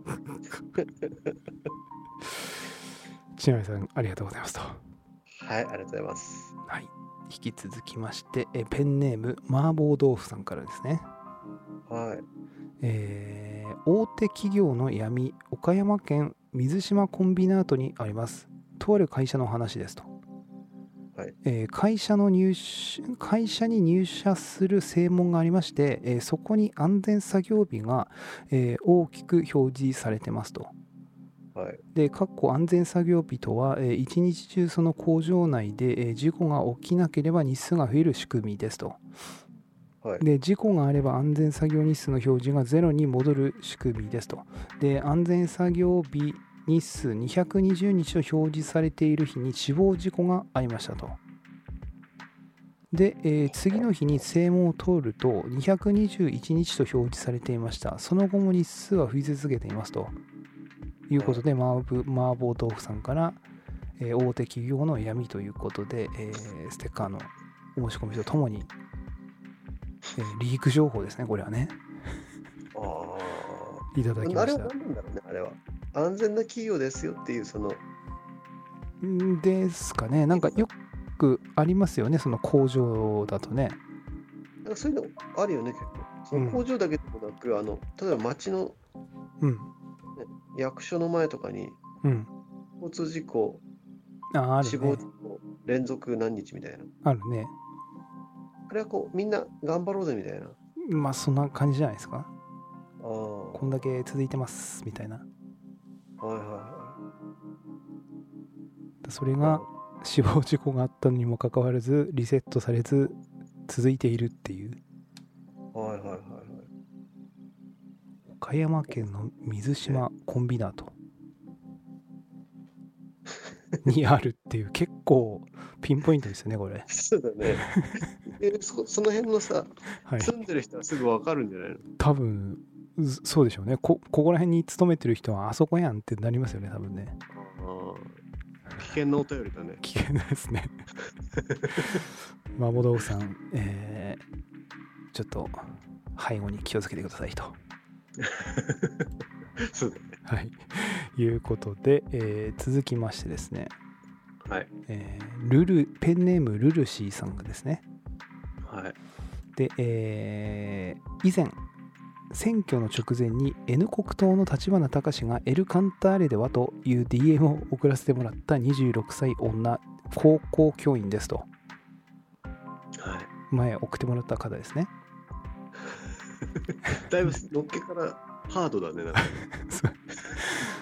Speaker 1: ちなみさん、ありがとうございますと。
Speaker 2: はい、ありがとうございます。
Speaker 1: はい。引き続きまして、えペンネーム、麻婆豆腐さんからですね。
Speaker 2: はい。
Speaker 1: えー大手企業の闇、岡山県水島コンビナートにあります。とある会社の話ですと。
Speaker 2: はい
Speaker 1: えー会社の入社会社に入社する正門がありまして、えーそこに安全作業日が、えー大きく表示されてますと。
Speaker 2: はい。
Speaker 1: で、かっこ安全作業日とは、えー一日中その工場内で、えー事故が起きなければ日数が増える仕組みですと。
Speaker 2: はい。
Speaker 1: で、事故があれば安全作業日数の表示がゼロに戻る仕組みですと。で、安全作業日日数にひゃくにじゅうにちと表示されている日に死亡事故がありましたと。で、えー次の日に正門を通るとにひゃくにじゅういちにちと表示されていました。その後も日数は増え続けていますということで、麻婆麻婆豆腐さんから、えー大手企業の闇ということで、えーステッカーのお申し込みとともに、えーリーク情報ですね、これはね、
Speaker 2: あ
Speaker 1: いただき
Speaker 2: あ。あれは
Speaker 1: ました。
Speaker 2: 何なんだろうね、あれは。安全な企業ですよっていう、その、
Speaker 1: んですかね、なんかよくありますよね、その工場だとね。
Speaker 2: なんかそういうのあるよね、結構。その工場だけでもなく、あの、例えば町の、
Speaker 1: うん、
Speaker 2: ね、役所の前とかに、
Speaker 1: うん。
Speaker 2: 交通事故、
Speaker 1: あ、あるね
Speaker 2: 死亡事。故、連続何日みたいな。
Speaker 1: あるね。
Speaker 2: あれはこう、みんな頑張ろうぜみたいな。
Speaker 1: まあ、そんな感じじゃないですか。
Speaker 2: ああ。は
Speaker 1: こんだけ続いてますみたいな。
Speaker 2: いはいは
Speaker 1: それ
Speaker 2: い。
Speaker 1: が死亡事故があったにもかかわらずリセットされず続いているっていう。
Speaker 2: はいはいはいはい。
Speaker 1: 岡山県の水島コンビナートにあるっていう、結構ピンポイントですよね、これ。
Speaker 2: そうだね。えそその辺のさ、
Speaker 1: はい。
Speaker 2: 住んでる人はすぐわかるんじゃないの？
Speaker 1: 多分、ずそうでしょうね。こ、ここら辺に勤めてる人はあそこやんってなりますよね、多分ね。
Speaker 2: ああ。危険なお便りだね。
Speaker 1: 危険ですね。麻婆豆腐さん、えー、ちょっと背後に気をつけてくださいと。
Speaker 2: そうだね。
Speaker 1: はい。いうことで、えー続きましてですね、
Speaker 2: はい。
Speaker 1: えールル、ペンネームルルシーさんがですね、
Speaker 2: はい。
Speaker 1: で、えー以前、選挙の直前に N 国党の立花隆がエルカンターレではという ディーエム を送らせてもらったにじゅうろくさい女、高校教員ですと。
Speaker 2: はい。
Speaker 1: 前送ってもらった方ですね。
Speaker 2: だいぶのっけからハードだね。なんか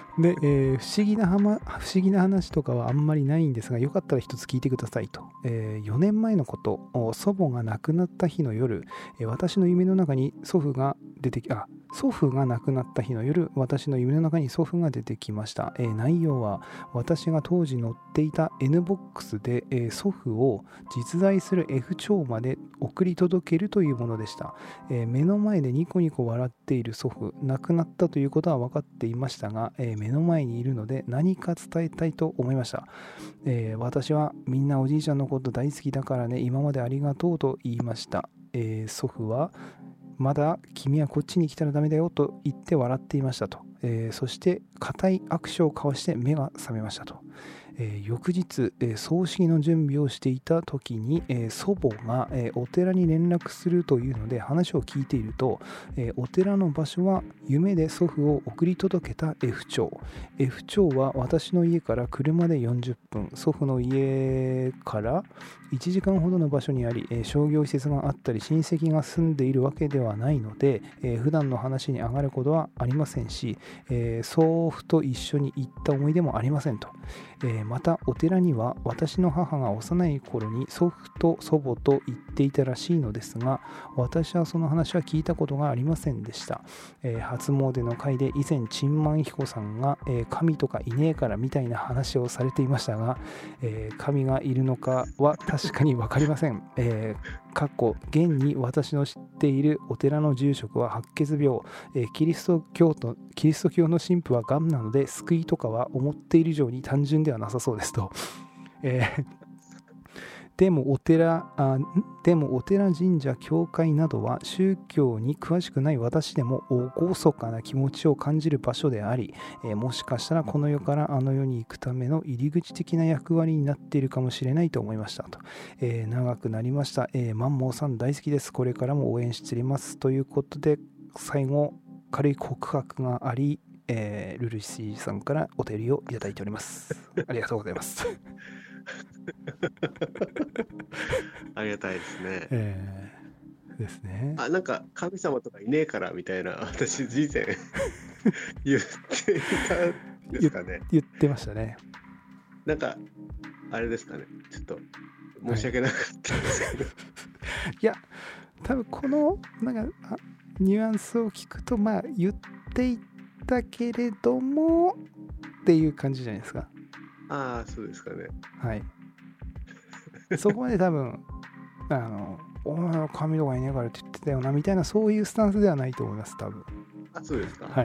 Speaker 1: で、えー不思議なはま不思議な話とかはあんまりないんですが、よかったら一つ聞いてくださいと。えーよねんまえのこと、お祖母が亡くなった日の夜、えー私の夢の中に祖父が出てき、あ、祖父が亡くなった日の夜、私の夢の中に祖父が出てきました。えー内容は、私が当時乗っていた N ボックスで、えー祖父を実在する F 町まで送り届けるというものでした。えー目の前でニコニコ笑っている祖父、亡くなったということは分かっていましたが、えー目の前にいるので何か伝えたいと思いました。えー私はみんなおじいちゃんのこと大好きだからね、今までありがとうと言いました。えー祖父は、まだ君はこっちに来たらダメだよと言って笑っていましたと。えーそして固い握手を交わして目が覚めましたと。えー翌日、えー葬式の準備をしていた時に、えー祖母が、えーお寺に連絡するというので話を聞いていると、えーお寺の場所は夢で祖父を送り届けた F 町。F 町は私の家から車でよんじゅっぷん、祖父の家からいちじかんほどの場所にあり、えー商業施設があったり親戚が住んでいるわけではないので、えー普段の話に上がることはありませんし、えー祖父と一緒に行った思い出もありませんと。えーまたお寺には私の母が幼い頃に祖父と祖母と行っていたらしいのですが、私はその話は聞いたことがありませんでした。えー初詣の会で以前陳万彦さんが、えー神とかいねえからみたいな話をされていましたが、えー神がいるのかは確かに分かりません。えー、かっこ現に私の知っているお寺の住職は白血病、えーキリスト教とキリスト教の神父は癌なので救いとかは思っている以上に単純ではなさそうですと。えーでもお寺あんでもお寺神社教会などは宗教に詳しくない私でも厳かな気持ちを感じる場所であり、えーもしかしたらこの世からあの世に行くための入り口的な役割になっているかもしれないと思いましたと。えー長くなりました。えーマンモーさん大好きです。これからも応援していますということで、最後軽い告白があり、えールルシーさんからお便りをいただいております。ありがとうございます。
Speaker 2: ありがたいですね。
Speaker 1: えーですね。
Speaker 2: あ、なんか神様とかいねえからみたいな、私以前言っていたんですかね。
Speaker 1: 言ってましたね。
Speaker 2: なんか、あれですかね。ちょっと
Speaker 1: はい
Speaker 2: 申し訳なかったんですけど。
Speaker 1: いや、多分このなんかあニュアンスを聞くと、まあ言っていたけれどもっていう感じじゃないですか。
Speaker 2: ああ、そうですかね。
Speaker 1: はい。そこまで多分、あの、お前は神とかいねえからって言ってたよなみたいな、そういうスタンスではないと思います、多分。
Speaker 2: あ、そうですか。
Speaker 1: はい。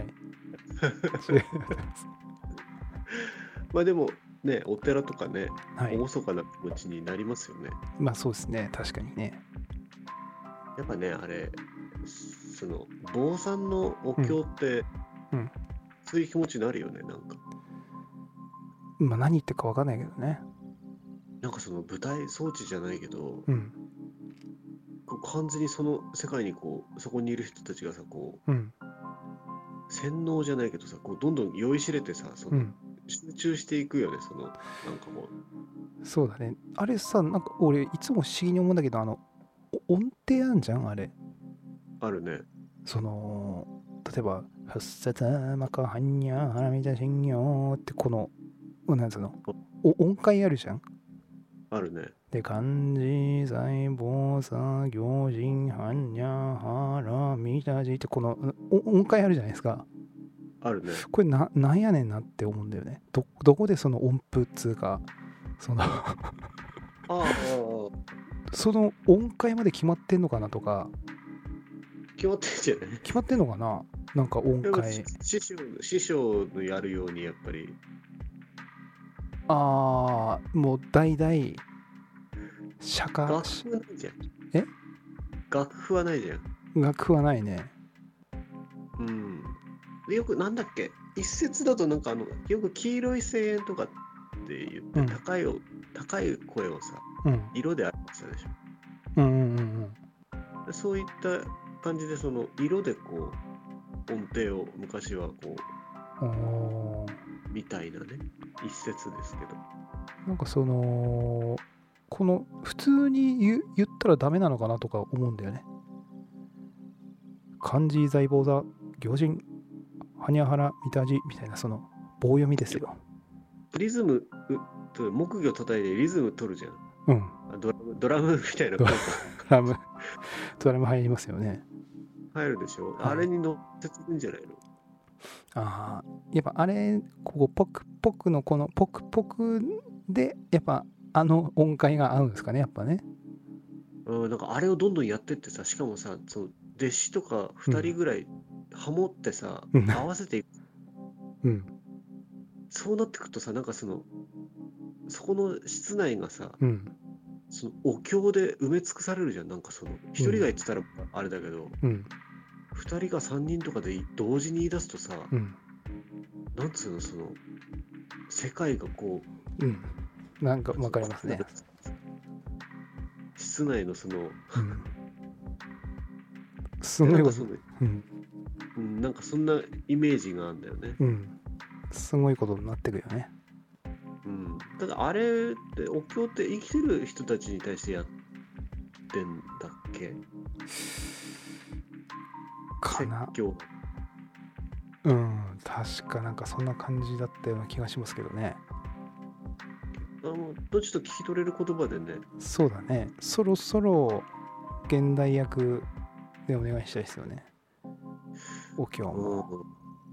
Speaker 2: まあでもね、お寺とかね、
Speaker 1: はい。
Speaker 2: 厳かな気持ちになりますよね。
Speaker 1: まあそうですね、確かにね。
Speaker 2: やっぱね、あれ、その、坊さんのお経って、
Speaker 1: うんうん
Speaker 2: そういう気持ちになるよね、なんか。
Speaker 1: まあ何言ってるか分かんないけどね。
Speaker 2: なんかその舞台装置じゃないけど、
Speaker 1: うん。
Speaker 2: こう完全にその世界にこう、そこにいる人たちがさ、こう、
Speaker 1: うん。
Speaker 2: 洗脳じゃないけどさ、こうどんどん酔いしれてさ、その、
Speaker 1: うん。
Speaker 2: 集中していくよね、その、なんかもう。
Speaker 1: そうだね。あれさ、なんか俺いつも不思議に思うんだけど、あの、お音程あんじゃん、あれ。
Speaker 2: あるね。
Speaker 1: その、例えば、はっさたまかはんにゃはらみたしんよってこの、なんつうの、お音階あるじゃん。
Speaker 2: あるね。
Speaker 1: で、漢字、財宝、作業人、はんにゃはらみたじってこのお音階あるじゃないですか。
Speaker 2: あるね。
Speaker 1: これな、なんやねんなって思うんだよね。ど、どこでその音符っつうか、その
Speaker 2: ああ、
Speaker 1: その音階まで決まってんのかなとか、
Speaker 2: 決まってんじゃない？
Speaker 1: 決まってんのかななんか音
Speaker 2: でも
Speaker 1: 階。
Speaker 2: 師匠、師匠のやるように、やっぱり。
Speaker 1: あー、もう代々、釈迦、
Speaker 2: 楽譜はないじゃん。
Speaker 1: え
Speaker 2: 楽譜はないじゃん。
Speaker 1: 楽譜はないね。
Speaker 2: うん。でよく、なんだっけ、一説だと、なんかあの、よく黄色い声援とかって言って、
Speaker 1: うん
Speaker 2: 高いを、高い声をさ、
Speaker 1: うん。
Speaker 2: 色で表したでしょ。
Speaker 1: うんうんうん
Speaker 2: でそういった感じで、その色でこう、音程を昔はこ
Speaker 1: うん。おー、
Speaker 2: う、みたいなね、一説ですけど。
Speaker 1: なんかその、この普通に言う言ったらダメなのかなとか思うんだよね。漢字財宝座行人はにゃはらみたじみたいな、その棒読みですよ。
Speaker 2: リズム、うと木魚叩いてリズム取るじゃん。
Speaker 1: うん
Speaker 2: あドラム、ドラムみたいな
Speaker 1: ド
Speaker 2: 効果
Speaker 1: ラムドラム入りますよね。
Speaker 2: 入るでしょ、
Speaker 1: はい
Speaker 2: あれに乗せてるんじゃないの？
Speaker 1: ああ、やっぱあれここポクポクのこのポクポクでやっぱあの音階が合うんですかね、やっぱね。
Speaker 2: うん、なんかあれをどんどんやってってさ、しかもさ、その弟子とかふたりぐらいハモってさ、
Speaker 1: うん
Speaker 2: 合わせていく。
Speaker 1: うん
Speaker 2: そうなってくるとさ、なんかその、そこの室内がさ、
Speaker 1: うん
Speaker 2: そのお経で埋め尽くされるじゃん。なんかその、一人が言ってたらあれだけど、
Speaker 1: うん
Speaker 2: 二人が三人とかで同時に言い出すとさ、
Speaker 1: うん
Speaker 2: なんつうの、その、世界がこう、
Speaker 1: うんなんかわかりますね。
Speaker 2: 室内のその、
Speaker 1: うんすごこと
Speaker 2: ないんかその、
Speaker 1: うん
Speaker 2: うんなんかそんなイメージがあるんだよね。
Speaker 1: うんすごいことになってくよね。
Speaker 2: うん。ただあれってお経って生きてる人たちに対してやってんだっけ？説
Speaker 1: かな。
Speaker 2: 教。
Speaker 1: うん確かなんかそんな感じだったような気がしますけどね。
Speaker 2: あのどっちと聞き取れる言葉でね。
Speaker 1: そうだね。そろそろ現代訳でお願いしたいですよね。お経
Speaker 2: うん。
Speaker 1: も。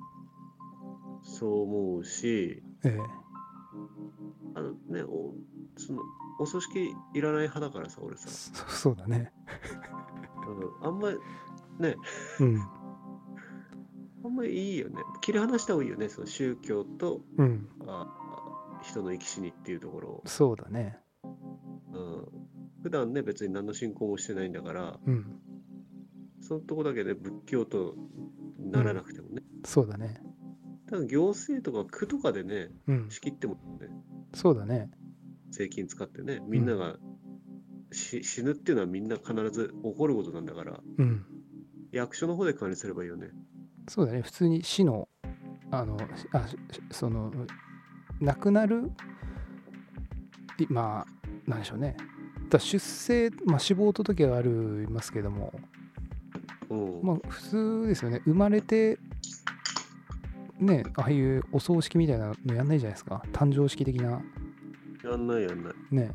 Speaker 2: そう思うし、
Speaker 1: ええ
Speaker 2: あのね、おそのお葬式いらない派だからさ、俺さ。
Speaker 1: そそうだね。
Speaker 2: うん、あんまりね、
Speaker 1: うん
Speaker 2: あんまりいいよね。切り離した方がいいよね、その宗教と
Speaker 1: うん
Speaker 2: あ人の生き死にっていうところを。
Speaker 1: そうだね。
Speaker 2: うん、普段ね、別に何の信仰もしてないんだから、
Speaker 1: うん
Speaker 2: そのとこだけで仏教とならなくてもね。
Speaker 1: そうだね。
Speaker 2: ただ行政とか区とかでね、
Speaker 1: うん
Speaker 2: 仕切ってもね、
Speaker 1: そうだね。
Speaker 2: 税金使ってね、みんながし死ぬっていうのはみんな必ず起こることなんだから、
Speaker 1: うん
Speaker 2: 役所の方で管理すればいいよね。
Speaker 1: そうだね。普通に死のあのあしその亡くなるいまあなんでしょうね。だ出生、まあ、死亡届がありますけども、
Speaker 2: うん。
Speaker 1: まあ普通ですよね。生まれてね、ああいうお葬式みたいなのやんないじゃないですか。誕生式的な
Speaker 2: やんないやんない。
Speaker 1: ね。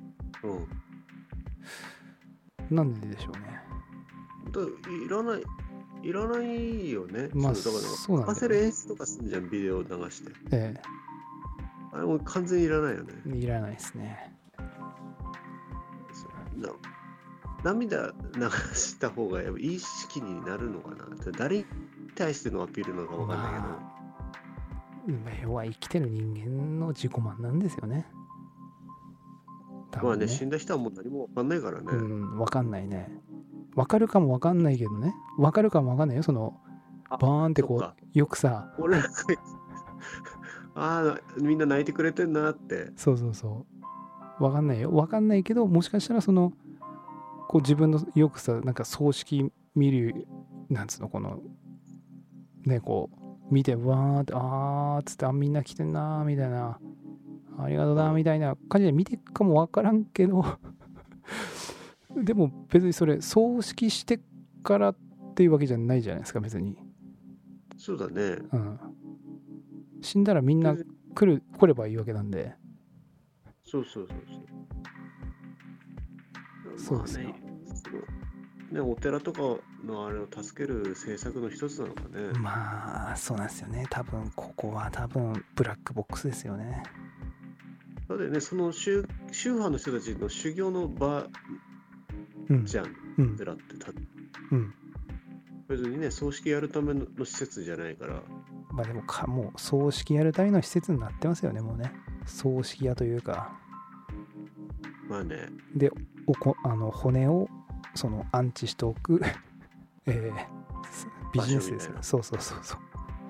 Speaker 2: うん。
Speaker 1: なんででしょうね。
Speaker 2: だいらない、いらないよね。
Speaker 1: まあ
Speaker 2: それだから、
Speaker 1: そうなんだよね
Speaker 2: 任せる演出とかすんじゃん、ビデオ流して。
Speaker 1: え
Speaker 2: あれもう完全にいらないよね。
Speaker 1: えいらないですね。
Speaker 2: そうな涙流した方がやっぱいい式になるのかな。誰に対してのアピールなのかわかんないけど。
Speaker 1: まあ要は生きてる人間の自己満なんですよね。多分
Speaker 2: まあね、死んだ人はもう何もわかんないからね。
Speaker 1: うん、わかんないね。わかるかもわかんないけどね。わかるかもわかんないよ。その、
Speaker 2: あ
Speaker 1: バーンってこ
Speaker 2: そっか
Speaker 1: う、よくさ、
Speaker 2: 俺なんかああ、みんな泣いてくれてんなって。
Speaker 1: そうそうそう。わかんないよ。わかんないけど、もしかしたらその、こう自分のよくさ、なんか葬式見る、なんつうの、この、ね、こう、見て、わーって、あーっつって、あ、みんな来てんなー、みたいな、ありがとうな、みたいな感じで見ていくかもわからんけど、でも別にそれ、葬式してからっていうわけじゃないじゃないですか、別に。
Speaker 2: そうだね。
Speaker 1: うん。死んだらみんな来る、来ればいいわけなんで。
Speaker 2: そうそうそうそう。
Speaker 1: そうですよ
Speaker 2: まあね、そのね、お寺とかのあれを助ける政策の一つなのかね。
Speaker 1: まあ、そうなんですよね。多分、ここは多分、ブラックボックスですよね。
Speaker 2: だってね、その宗宗派の人たちの修行の場
Speaker 1: うん。
Speaker 2: じゃん、
Speaker 1: うん
Speaker 2: 寺ってた
Speaker 1: うん。
Speaker 2: 別にね、葬式やるための施設じゃないから。
Speaker 1: まあでもか、もう葬式やるための施設になってますよね、もうね。葬式屋というか。
Speaker 2: まあね、
Speaker 1: で、おこあの骨をその安置しておく、えービジネスですよ。
Speaker 2: 場所みたいな
Speaker 1: そうそうそうそう。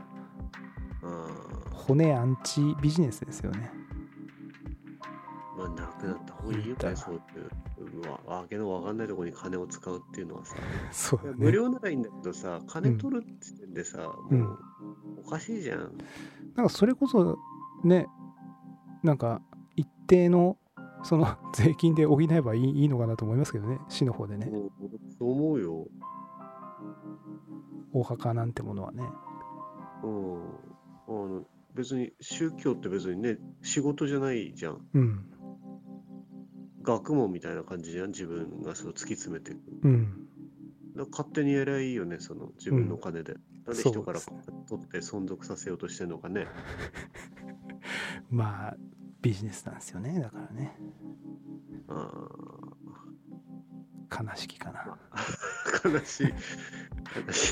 Speaker 2: あ
Speaker 1: 骨安置ビジネスですよね。
Speaker 2: ーまあ、なくなった方がいいよね、
Speaker 1: 言ったら
Speaker 2: そういううわわけのわかんないところに金を使うっていうのはさ。
Speaker 1: そうだね。
Speaker 2: 無料ならいいんだけどさ、金取るって時点でさ、
Speaker 1: うん
Speaker 2: もうおかしいじゃん。
Speaker 1: なんかそれこそね、なんか一定のその税金で補えばいいいいのかなと思いますけどね、市の方でね。
Speaker 2: もうそう思うよ。
Speaker 1: お墓なんてものはね。
Speaker 2: うん。あの別に宗教って別にね、仕事じゃないじゃん。
Speaker 1: うん。
Speaker 2: 学問みたいな感じじゃん。自分がそう突き詰めていく。
Speaker 1: うん。
Speaker 2: だから勝手に偉いよね、その自分のお金で。なんで人から
Speaker 1: そうですね。
Speaker 2: 取って存続させようとしてんのかね。
Speaker 1: まあ、ビジネスなんですよね。だからね。
Speaker 2: あ
Speaker 1: 悲しきかな。
Speaker 2: まあ、悲しい。悲しい。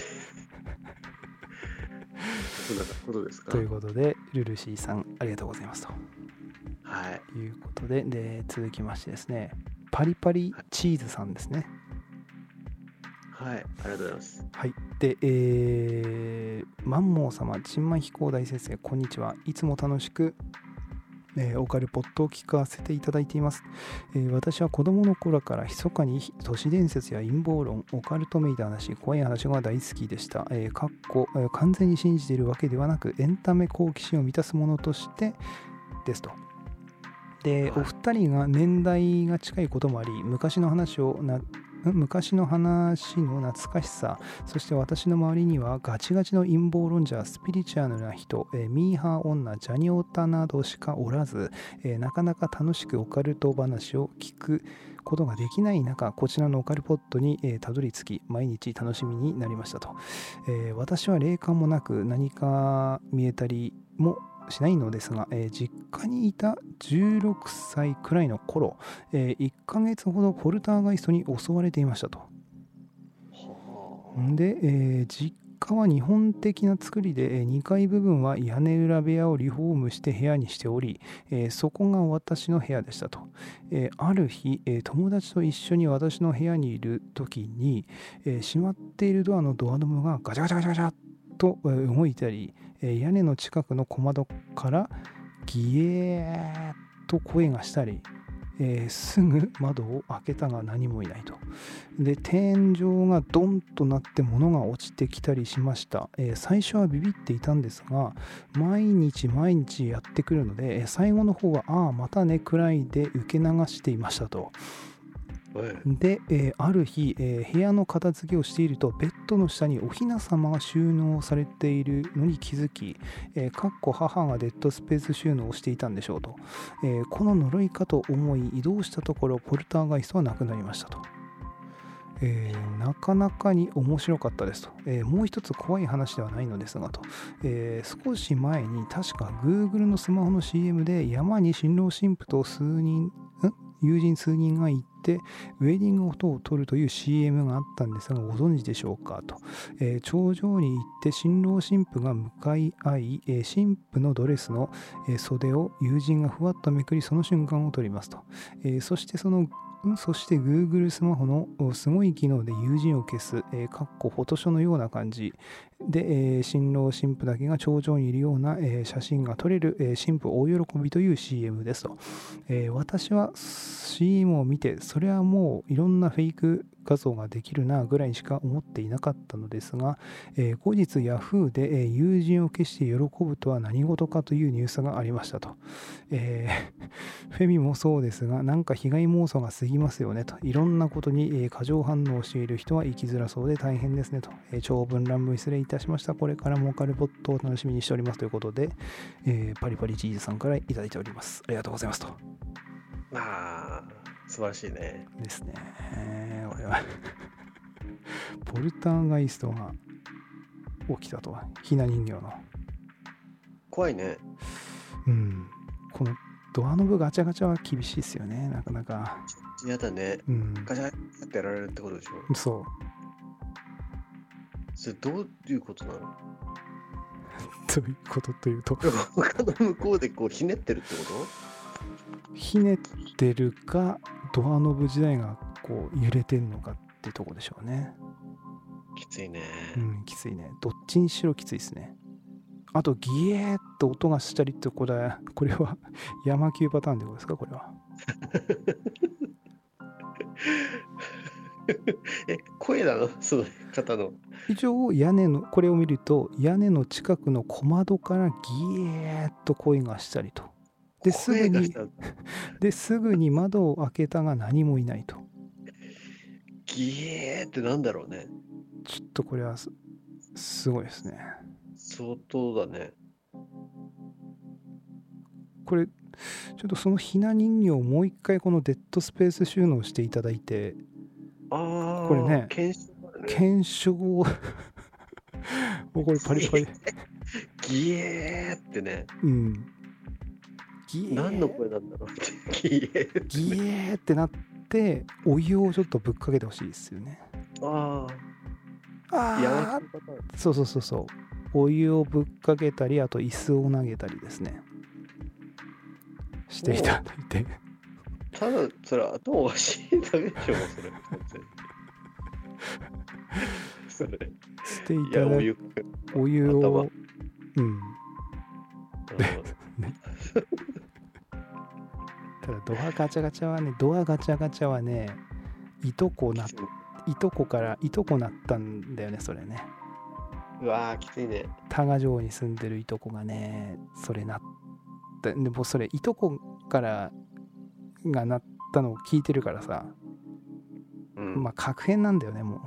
Speaker 2: そんなことですか。
Speaker 1: ということで、ルルシーさん、ありがとうございますと。
Speaker 2: はい。
Speaker 1: ということで、で続きましてですね、パリパリチーズさんですね。
Speaker 2: はい、ありがとうございます。
Speaker 1: はい。で、えー、マンモー様、チンマン飛行大先生、こんにちは。いつも楽しく、えーオカルポットを聞かせていただいています。えー私は子供の頃から密かに都市伝説や陰謀論、オカルトめいた話、怖い話が大好きでした。えーかっこえー完全に信じているわけではなく、エンタメ好奇心を満たすものとしてですと。で、
Speaker 2: はい
Speaker 1: お二人が年代が近いこともあり、昔の話をな昔の話の懐かしさ、そして私の周りにはガチガチの陰謀論者、スピリチュアルな人、えーミーハー女、ジャニオタなどしかおらず、えーなかなか楽しくオカルト話を聞くことができない中、こちらのオカルポットに、えーたどり着き、毎日楽しみになりましたと。えー私は霊感もなく何か見えたりもしないのですが、えー実家にいたじゅうろくさいくらいの頃、えーいっかげつほどポルターガイストに襲われていましたと。
Speaker 2: は
Speaker 1: で、えー実家は日本的な作りで、えーにかい部分は屋根裏部屋をリフォームして部屋にしており、えーそこが私の部屋でしたと。えーある日、えー友達と一緒に私の部屋にいる時に、えー閉まっているドアのドアノブがガチャガチャガチャガチャとえー動いたり、えー屋根の近くの小窓からギエーっと声がしたり、えーすぐ窓を開けたが何もいないと。で、天井がドンとなって物が落ちてきたりしました。えー最初はビビっていたんですが、毎日毎日やってくるので、えー最後の方は、ああ、またね、くらいで受け流していましたと。
Speaker 2: あ、はい。
Speaker 1: で、えーある日、えー部屋の片付けをしていると、ベッドの下にお雛様が収納されているのに気づき、えーかっこ母がデッドスペース収納をしていたんでしょうと。えーこの呪いかと思い移動したところ、ポルターガイストはなくなりましたと。えーなかなかに面白かったですと。えーもう一つ怖い話ではないのですがと。えー少し前に確か Google のスマホの シーエム で山に新郎新婦と数人、ん友人数人が行ってウェディングフォトを撮るという シーエム があったんですが、ご存知でしょうかと。えー頂上に行って新郎新婦が向かい合い、えー新婦のドレスの、えー袖を友人がふわっとめくり、その瞬間を撮りますと。えーそしてそのそして Google スマホのすごい機能で友人を消す、えー、かっこフォトショのような感じで、えー新郎新婦だけが頂上にいるような、えー写真が撮れる、えー新婦大喜びという シーエム ですと。えー私は シーエム を見て、それはもういろんなフェイク画像ができるなぐらいしか思っていなかったのですが、えー後日 Yahoo で、えー友人を消して喜ぶとは何事かというニュースがありましたと。えーフェミもそうですが、なんか被害妄想が過ぎますよねと。いろんなことに、えー過剰反応している人は生きづらそうで大変ですねと。えー長文乱文失礼いたしました。これからもオカルポットを楽しみにしておりますということで、えーパリパリチーズさんからいただいております。ありがとうございますと。
Speaker 2: ああ、素晴らしいね。
Speaker 1: ですね。えー俺はポルターガイストが起きたとは。ひな人形の。
Speaker 2: 怖いね。
Speaker 1: うん。このドアノブガチャガチャは厳しいですよね。なかなか。
Speaker 2: やだね。
Speaker 1: うん。
Speaker 2: ガチャってやられるってことでしょ。
Speaker 1: そう。
Speaker 2: それどういうことなの？
Speaker 1: ということというと、
Speaker 2: 他の向こうでこうひねってるってこ
Speaker 1: ひねってるか、ドアノブ自体がこう揺れてんのかってとこでしょうね。
Speaker 2: と？きついね。
Speaker 1: うん、きついね。どっちにしろきついですね。あと、ギエーっと音がしたりって、これ、これは山級パターンでことですか、これは。
Speaker 2: え、声なのその方の。
Speaker 1: 一応、屋根の、これを見ると、屋根の近くの小窓からギエーっと声がしたりと。で、すぐに
Speaker 2: 声がし、た。
Speaker 1: で、すぐに窓を開けたが何もいないと。
Speaker 2: ギエーってなんだろうね。
Speaker 1: ちょっとこれはす、すごいですね。
Speaker 2: 相当だね。
Speaker 1: これちょっとそのひな人形をもう一回このデッドスペース収納していただいて、
Speaker 2: ああ、
Speaker 1: これね
Speaker 2: 検証あるね。
Speaker 1: 検証をもうこれパリパリ
Speaker 2: ギエーってね。
Speaker 1: うん。ギエ
Speaker 2: 何の
Speaker 1: ー
Speaker 2: 声なんだろうって。ギエーって、ね。
Speaker 1: ギエーってなってお湯をちょっとぶっかけてほしいですよね。
Speaker 2: ああ、山
Speaker 1: あ
Speaker 2: 木のパターン。
Speaker 1: あ、そうそうそうそう。お湯をぶっかけたり、あと椅子を投げたりですね。していただいて。
Speaker 2: ただ、それ頭おかしいだけでしょ、もうそれ。それ。
Speaker 1: してい
Speaker 2: いや、
Speaker 1: ただい
Speaker 2: お湯、
Speaker 1: お湯
Speaker 2: 頭。
Speaker 1: を、うん。
Speaker 2: うん
Speaker 1: ただドアガチャガチャはね、ドアガチャガチャはね、いとこな、いとこから、いとこなったんだよね、それね。
Speaker 2: うわー、きついね。
Speaker 1: 多賀城に住んでるいとこがね、それなった。でもそれ、いとこからがなったのを聞いてるからさ、
Speaker 2: うん、
Speaker 1: まあ、確変なんだよね、も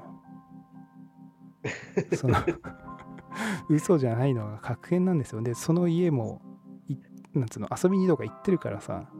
Speaker 1: う。その、嘘じゃないのが確変なんですよ。で、その家も、なんつうの、遊びにとか行ってるからさ、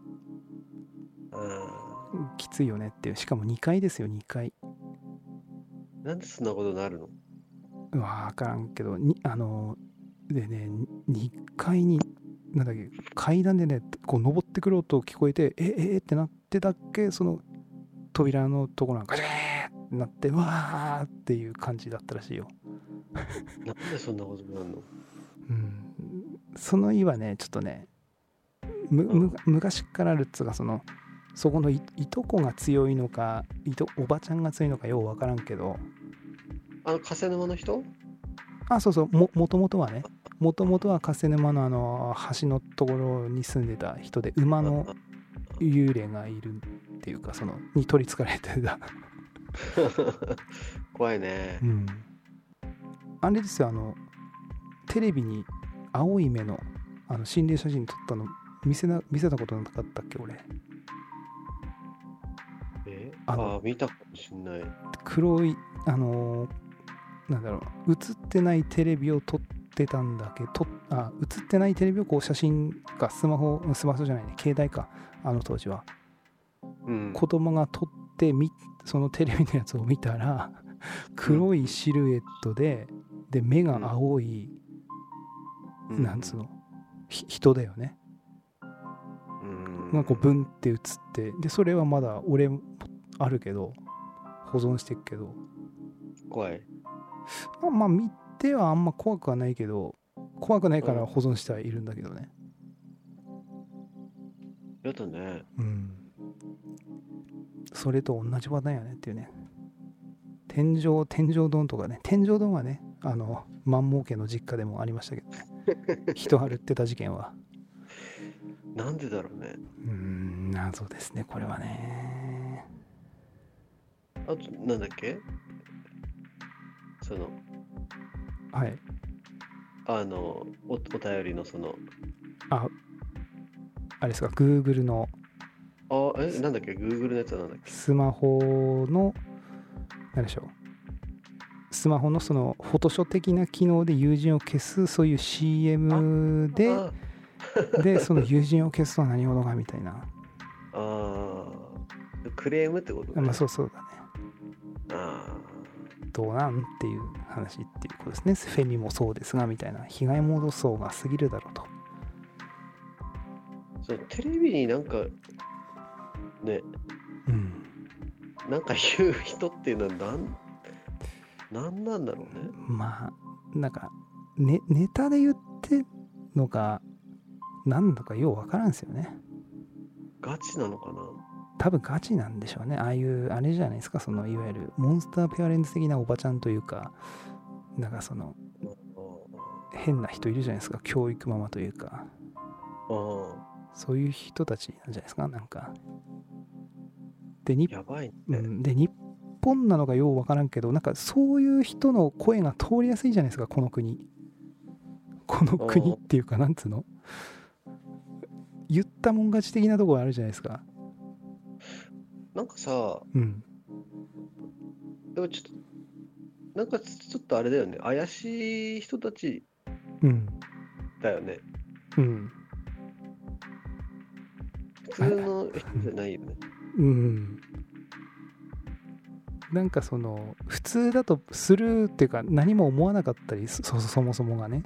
Speaker 2: うん、
Speaker 1: きついよねっていう。しかもにかいですよ、にかい。
Speaker 2: なんでそんなことになるの？
Speaker 1: わからんけど、にあの、でね、にかいに、なんだっけ、階段でね、こう登ってくる音聞こえて、え、え、えってなってたっけ、その扉のところがガチャーってなって、わーっていう感じだったらしいよ。
Speaker 2: なんでそんなことになるの？
Speaker 1: うん。その家はね、ちょっとね、むむ昔からあるっつうか、その、そこの い, いとこが強いのかいと、おばちゃんが強いのかようわからんけど、
Speaker 2: あの、加瀬沼の人？
Speaker 1: あ、そうそう、も、もともとはね、もともとは加瀬沼のあの、橋のところに住んでた人で、馬の幽霊がいるっていうか、その、に取りつかれてた。
Speaker 2: 怖いね。
Speaker 1: うん。あれですよ、あの、テレビに青い目の、あの、心霊写真撮ったの、見せな、見せたことなかったっけ、俺。
Speaker 2: え
Speaker 1: あの
Speaker 2: あ、見たかもしんない。
Speaker 1: 黒い、あのーなんだろう、映ってないテレビを撮ってたんだけど、あ、映ってないテレビをこう写真か、スマホ、スマホじゃないね、携帯か、あの当時は。
Speaker 2: うん。
Speaker 1: 子供が撮ってみ、そのテレビのやつを見たら、黒いシルエットで、で、目が青い、
Speaker 2: うん、
Speaker 1: なんつうの、ひ人だよね。
Speaker 2: うん、
Speaker 1: がこう、ブンって映って、で、それはまだ俺もあるけど、保存してるけど、
Speaker 2: 怖い。
Speaker 1: あまあ見てはあんま怖くはないけど、怖くないから保存してはいるんだけどね。
Speaker 2: やだね。
Speaker 1: うん。それと同じパターンやねっていうね。天井、天井丼とかね。天井丼はね、あの、万儲家の実家でもありましたけどね。人張るってた事件は。
Speaker 2: なんでだろうね。
Speaker 1: うーん、謎ですね、これはね。
Speaker 2: あと、なんだっけその、
Speaker 1: はい。
Speaker 2: あの、お、お便りのその、
Speaker 1: あ、あれですか、Google の
Speaker 2: あ、え、なんだっけ ?Google のやつはなんだっけ？
Speaker 1: スマホの、何でしょう。スマホのそのフォトショー的な機能で友人を消すそういう シーエム で
Speaker 2: あ
Speaker 1: でその友人を消すとは何事かみたいな、
Speaker 2: あー、クレームってことね。
Speaker 1: まあそうそうだね、
Speaker 2: あ
Speaker 1: どうなんっていう話っていうことですね。フェミもそうですがみたいな、被害妄想が過ぎるだろうと。
Speaker 2: あ、そう、テレビになんか、ね、
Speaker 1: うん、
Speaker 2: なんか言う人っていうのはなんなんなんだろうね。
Speaker 1: まあなんか、ね、ネタで言ってんのか何だかようわからんすよね。
Speaker 2: ガチなのかな。
Speaker 1: 多分ガチなんでしょうね。ああいうあれじゃないですか、そのいわゆるモンスターペアレンツ的なおばちゃんというか、なんかその変な人いるじゃないですか、教育ママというか、
Speaker 2: ああ、
Speaker 1: そういう人たちなんじゃないですか、なんか。で、に
Speaker 2: やばいね。
Speaker 1: うん、で日本なのかようわからんけど、なんかそういう人の声が通りやすいじゃないですか、この国。この国っていうか、なんつうの、言ったもん勝ち的なところあるじゃないですか。
Speaker 2: なんかさ、
Speaker 1: うん。
Speaker 2: でもちょっと、なんかちょっとあれだよね。怪しい人たち
Speaker 1: うん。
Speaker 2: だよね。
Speaker 1: うん。
Speaker 2: 通の人じゃないよね。
Speaker 1: うんなんかその普通だとスルーっていうか何も思わなかったりそそそもそもがね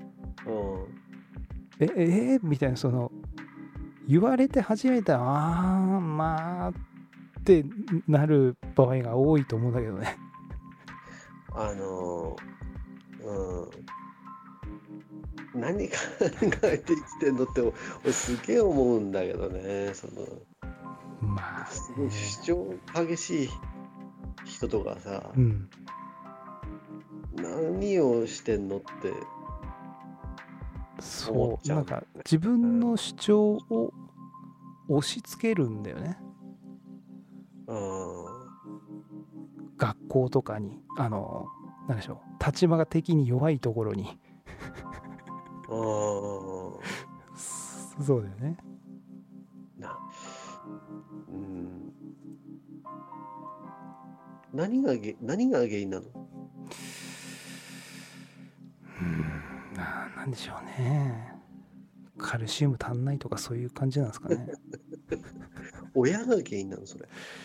Speaker 2: うん。
Speaker 1: ええーみたいなその言われて初めてああまあってなる場合が多いと思うんだけどね
Speaker 2: あのー、うん。何考えて生きてんのって俺すげえ思うんだけどね。その
Speaker 1: まあ
Speaker 2: すごい主張激しい人とかさ、
Speaker 1: うん
Speaker 2: 何をしてんのって思っちゃう。
Speaker 1: そうなんか自分の主張を押し付けるんだよね
Speaker 2: うん。
Speaker 1: 学校とかにあのなんでしょう立場が的に弱いところに
Speaker 2: あ
Speaker 1: そうだよね
Speaker 2: あ。な、うん。何がげ、何が原因なの？
Speaker 1: うんななんでしょうねカルシウム足んないとかそういう感じなんですかね
Speaker 2: 親が原因なのそれ。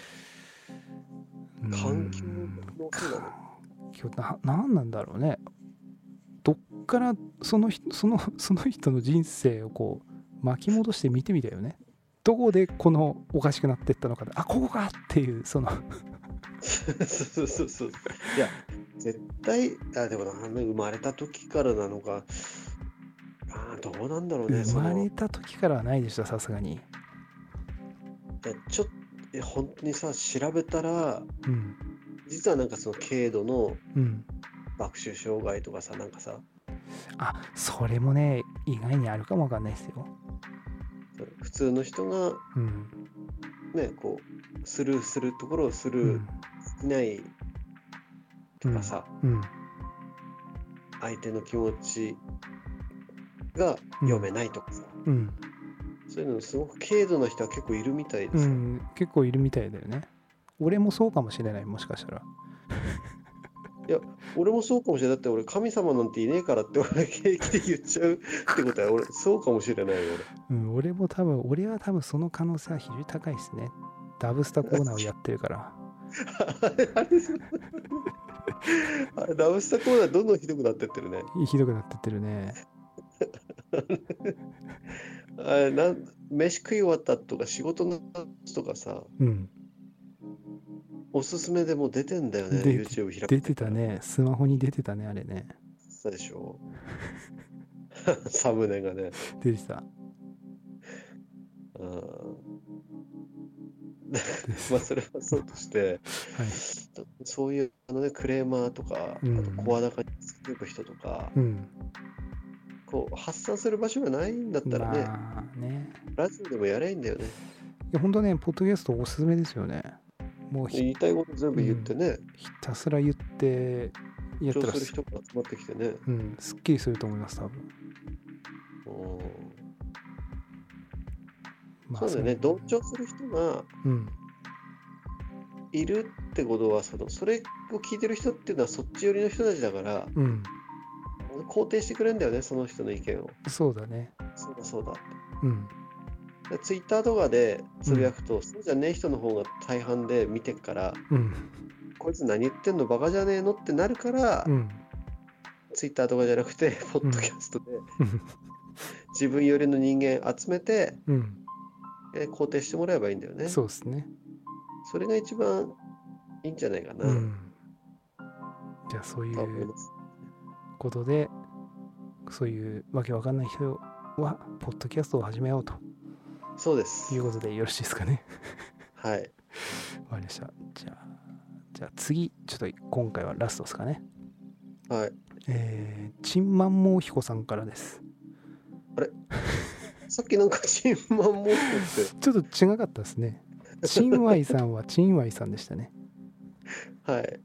Speaker 1: うー
Speaker 2: 環境
Speaker 1: ん
Speaker 2: のせいなの？
Speaker 1: 環境ななんなんだろうねどっからその人そのその人の人生をこう巻き戻して見てみたよねどこでこのおかしくなってったのかであここかっていうその
Speaker 2: そうそうそう。いや、絶対、あ、でもな、生まれた時からなのか、あ、どうなんだろうね、
Speaker 1: 生ま
Speaker 2: その、
Speaker 1: れた時からはないでしょさすがに
Speaker 2: いやちょっと、本当にさ、調べたら、
Speaker 1: うん
Speaker 2: 実はなんかその軽度の
Speaker 1: うん
Speaker 2: 学習障害とかさ、なんかさ、
Speaker 1: あそれもね意外にあるかもわかんないですよ
Speaker 2: 普通の人が
Speaker 1: うん
Speaker 2: ね、こう、スルーするところをス
Speaker 1: う
Speaker 2: ルー
Speaker 1: ん
Speaker 2: しないとかさ、
Speaker 1: うん
Speaker 2: 相手の気持ちが読めないとかさ、
Speaker 1: うん
Speaker 2: そういうのすごく軽度な人は結構いるみたいでさ、
Speaker 1: うん結構いるみたいだよね俺もそうかもしれないもしかしたら
Speaker 2: いや、俺もそうかもしれない。だって俺、神様なんていねえからって俺、平気で言っちゃうってことは、俺、そうかもしれないよ、
Speaker 1: うん俺も多分俺は多分その可能性は非常に高いですねダブスタコーナーをやってるから
Speaker 2: 俺。あれ、あれ、そうあれダブスタコーナーどんどんひどくなってってるね。
Speaker 1: ひどくなってってるね
Speaker 2: あれなん飯食い終わったとか仕事の話とかさ、
Speaker 1: うん
Speaker 2: おすすめでもう出てんだよね、
Speaker 1: で
Speaker 2: YouTube 開く
Speaker 1: 出てたねスマホに出てたねあれね
Speaker 2: そうでしょサムネがね。
Speaker 1: 出てた
Speaker 2: うん
Speaker 1: です
Speaker 2: まあそれはそうとして、
Speaker 1: はい
Speaker 2: そういうあの、ね、クレーマーとか、
Speaker 1: うん
Speaker 2: あと声高に叫ぶ人とか、
Speaker 1: うん
Speaker 2: こう発散する場所がないんだったらね、
Speaker 1: まあね
Speaker 2: ラジオでもやればいいんだよね。
Speaker 1: いや本当ねポッドキャストおすすめですよねもうひ
Speaker 2: 言いたいこと全部言ってね、
Speaker 1: ひたすら言ってやったら
Speaker 2: 主張する人が集まってきてね。
Speaker 1: うんすっきりすると思います多分
Speaker 2: うん
Speaker 1: まあ
Speaker 2: そうだよね、同調する人が
Speaker 1: うん
Speaker 2: いるってことはその、それを聞いてる人っていうのはそっち寄りの人たちだから、
Speaker 1: うん
Speaker 2: 肯定してくれるんだよね、その人の意見を。
Speaker 1: そうだね
Speaker 2: そうだそうだって。
Speaker 1: うん
Speaker 2: でツイッターとかでつぶやくと、そうじゃねえ人の方が大半で見てっから、
Speaker 1: うん
Speaker 2: こいつ何言ってんのバカじゃねえのってなるから、
Speaker 1: うん
Speaker 2: ツイッターとかじゃなくて、ポッドキャストで
Speaker 1: うん
Speaker 2: 自分寄りの人間集めて、
Speaker 1: うん
Speaker 2: えー肯定してもらえばいいんだよね。
Speaker 1: そうですね
Speaker 2: それが一番いいんじゃないかな。
Speaker 1: うんじゃあそうい
Speaker 2: と思いう
Speaker 1: こ
Speaker 2: ます。
Speaker 1: とでそういうわけわかんない人はポッドキャストを始めようと
Speaker 2: そうです
Speaker 1: いう。ことでよろしいですかね
Speaker 2: はい。
Speaker 1: わかりましたじゃあじゃあ次ちょっと今回はラストですかね
Speaker 2: はい。
Speaker 1: えー、チンマンモーヒコさんからです
Speaker 2: さっきなんかチンマンモーって。
Speaker 1: ちょっと違かったですねチンワイさんはチンワイさんでしたね
Speaker 2: はい。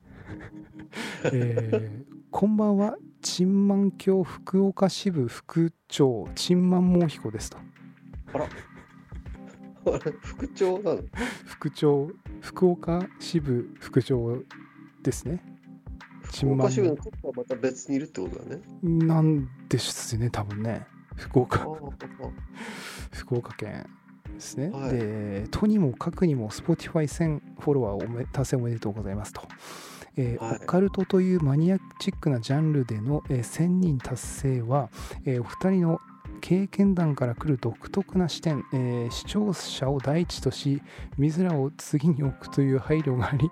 Speaker 1: えー、こんばんはチンマン教福岡支部副長チンマンモーヒコですと
Speaker 2: あれ副長なの？
Speaker 1: 副長福岡支部副長ですねチンマン
Speaker 2: 福岡支部のトップはまた別にいるってことだね。
Speaker 1: なんですね多分ね福岡
Speaker 2: ああ、
Speaker 1: 福岡県ですね。
Speaker 2: はい
Speaker 1: で、とにもかくにも Spotifyせんフォロワーをおめ達成おめでとうございますと。えー
Speaker 2: はい
Speaker 1: オカルトというマニアチックなジャンルでの、えーせんにん達成は、えーお二人の経験談から来る独特な視点、えー視聴者を第一とし、自らを次に置くという配慮があり、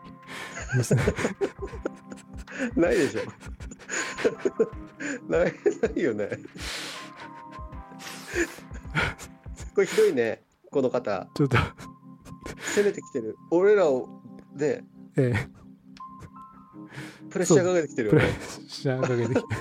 Speaker 2: ないでしょ。ない、ないよね。これひどいね、この方。
Speaker 1: ちょっと、
Speaker 2: 攻めてきてる。俺らを、で、
Speaker 1: えー
Speaker 2: プレッシャーかけてきてる
Speaker 1: プレ
Speaker 2: よね。
Speaker 1: ッシャーかけてきて、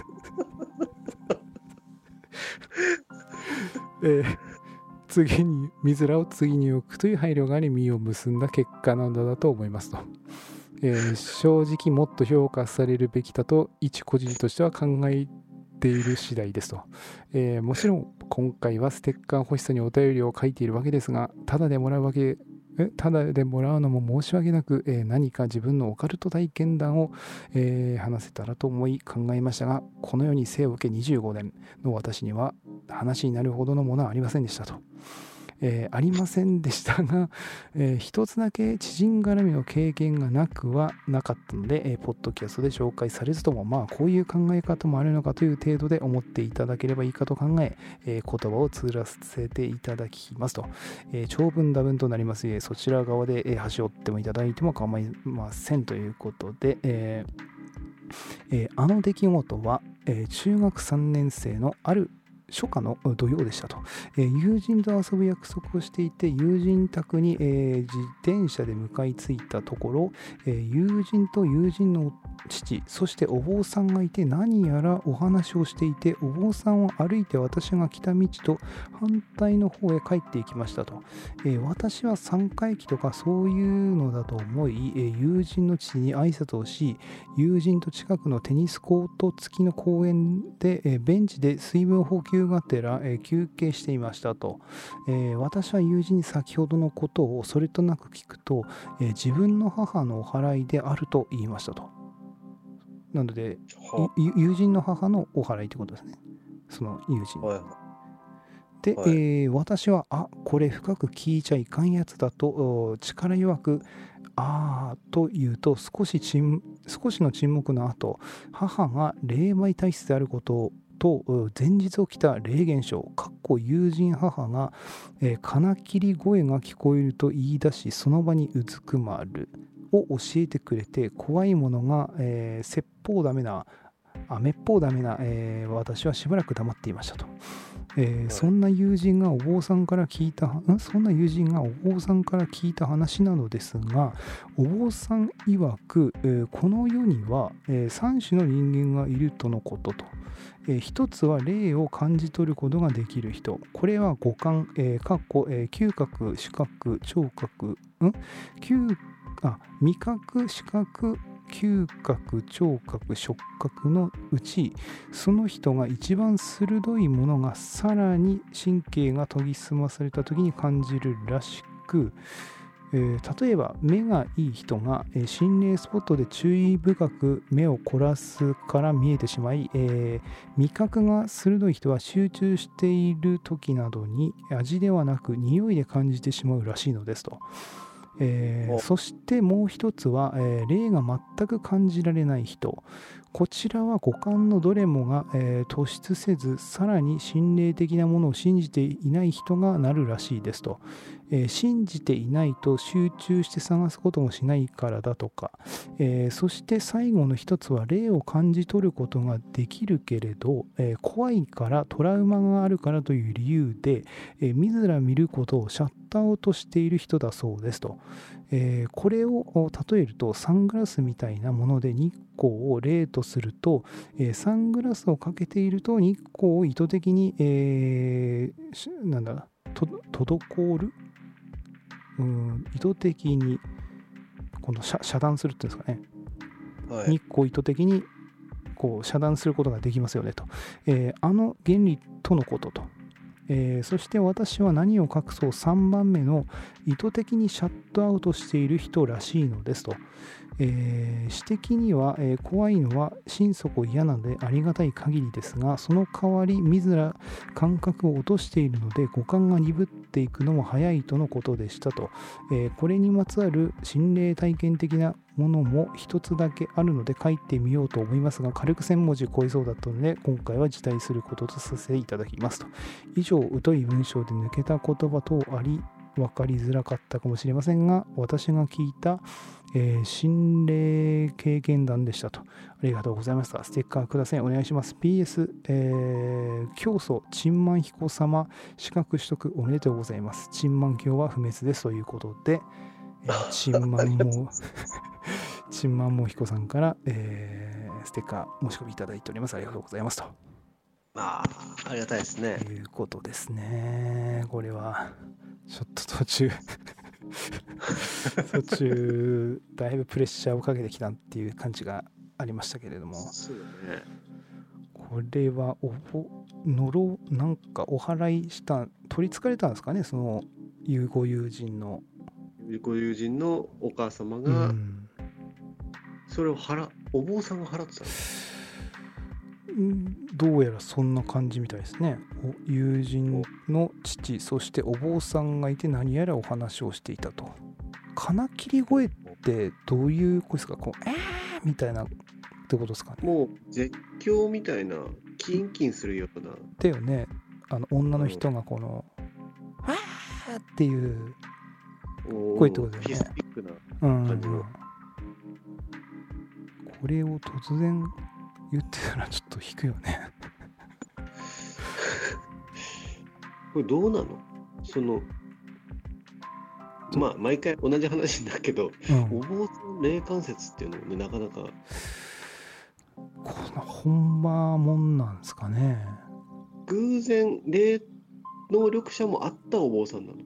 Speaker 1: えー次に自らを次に置くという配慮があり実を結んだ結果なのだと思いますと、えー正直もっと評価されるべきだと一個人としては考えている次第ですと、えーもちろん今回はステッカー欲しさにお便りを書いているわけですが、ただでもらうわけえただでもらうのも申し訳なく、えー何か自分のオカルト体験談を、えー話せたらと思い考えましたが、この世に生を受けにじゅうごねんの私には話になるほどのものはありませんでしたと。えーありませんでしたが、えー一つだけ知人絡みの経験がなくはなかったので、えーポッドキャストで紹介されずとも、まあこういう考え方もあるのかという程度で思っていただければいいかと考え、えー言葉を綴らせていただきますと、えー長文多文となります、えーそちら側で、えー端折ってもいただいても構いませんということで、えーえーあの出来事は、えー中学さんねん生のある初夏の土曜でしたと、えー友人と遊ぶ約束をしていて、友人宅に、えー自転車で向かいついたところ、えー友人と友人の父、そしてお坊さんがいて、何やらお話をしていて、お坊さんを歩いて私が来た道と反対の方へ帰っていきましたと、えー私は三回忌とかそういうのだと思い、えー友人の父に挨拶をし、友人と近くのテニスコート付きの公園で、えーベンチで水分補給がてら、えー休憩していましたと、えー私は友人に先ほどのことをそれとなく聞くと、えー自分の母のお祓いであると言いましたと。なので、
Speaker 2: は
Speaker 1: 友人の母のお祓いってことですね。その友人。
Speaker 2: はい
Speaker 1: で、
Speaker 2: はい
Speaker 1: えー私は、あ、これ深く聞いちゃいかんやつだと力弱く、あーと言うと、少し沈少しの沈黙の後、母が霊媒体質であることと前日起きた霊現象、かっこ友人母が、えー金切り声が聞こえると言い出し、その場にうずくまるを教えてくれて、怖いものが、えー、説法ダメな、あめっぽうダメな、えー私はしばらく黙っていましたと。えー
Speaker 2: はい、
Speaker 1: そんな友人がお坊さんから聞いたんそんな友人がお坊さんから聞いた話なのですが、お坊さん曰く、えーこの世には、えー、さん種の人間がいるとのことと。えー一つは霊を感じ取ることができる人。これは五感、えーかっこえー嗅覚、視覚、聴覚、ん嗅あ味覚、視覚、嗅覚、聴覚、触覚のうち、その人が一番鋭いものがさらに神経が研ぎ澄まされた時に感じるらしく、えー例えば目がいい人が、えー心霊スポットで注意深く目を凝らすから見えてしまい、えー味覚が鋭い人は集中している時などに味ではなく匂いで感じてしまうらしいのですと。えー
Speaker 2: お
Speaker 1: そしてもう一つは、えー霊が全く感じられない人。こちらは五感のどれもが、えー突出せず、さらに心霊的なものを信じていない人がなるらしいですと。えー信じていないと集中して探すこともしないからだとか、えーそして最後の一つは霊を感じ取ることができるけれど、えー怖いからトラウマがあるからという理由で、えー自ら見ることをシャットアウトしている人だそうですと。えーこれを例えるとサングラスみたいなもので日光を例とすると、えーサングラスをかけていると日光を意図的に、えーしなんだと滞るうん意図的にこの遮遮断するっていうんですかね、
Speaker 2: はい
Speaker 1: 日光を意図的にこう遮断することができますよねと、えーあの原理とのことと。えーそして私は何を隠そうさんばんめの意図的にシャットアウトしている人らしいのですと。 えー、詩的には、えー怖いのは心底嫌なのでありがたい限りですが、その代わり自ら感覚を落としているので五感が鈍っていくのも早いとのことでしたと。えーこれにまつわる心霊体験的なものも一つだけあるので書いてみようと思いますが、軽くせん文字超えそうだったので今回は辞退することとさせていただきますと。以上、疎い文章で抜けた言葉等あり分かりづらかったかもしれませんが、私が聞いた、えー心霊経験談でしたと。ありがとうございました。ステッカーください。お願いします。ピーエス、えー、教祖、チンマン彦様、資格取得おめでとうございます。チンマン教は不滅ですということで、えーチンマンも、チンマンも彦さんから、えーステッカー申し込みいただいております。ありがとうございますと。
Speaker 2: ああ、ありがたいですね。
Speaker 1: いうことですね。これは、ちょっと途中、途中、だいぶプレッシャーをかけてきたっていう感じがありましたけれども、
Speaker 2: そうね。
Speaker 1: これはおぼ、のろ、なんかお祓いした、取りつかれたんですかね、その、有ご友人の。
Speaker 2: ご友人のお母様
Speaker 1: う
Speaker 2: が、
Speaker 1: ん。
Speaker 2: それを払、お坊さんが払ってたの。
Speaker 1: うんどうやらそんな感じみたいですね。お友人の父、そしてお坊さんがいて何やらお話をしていたと。金切り声ってどういう声ですか？こう、えーみたいなってことですかね。
Speaker 2: もう絶叫みたいな、キンキンするような。
Speaker 1: だよね。あの女の人がこの、わーっていう声ってことだよね。
Speaker 2: ヒステリックな
Speaker 1: うんうん
Speaker 2: 感じの。
Speaker 1: これを突然言ってたらちょっと引くよね。
Speaker 2: これどうなの？その、まあ、毎回同じ話だけど、
Speaker 1: うん、
Speaker 2: お坊さん霊感説っていうのもね、なかなか。
Speaker 1: この本場もんなんですかね。
Speaker 2: 偶然、霊能力者もあったお坊さんなの。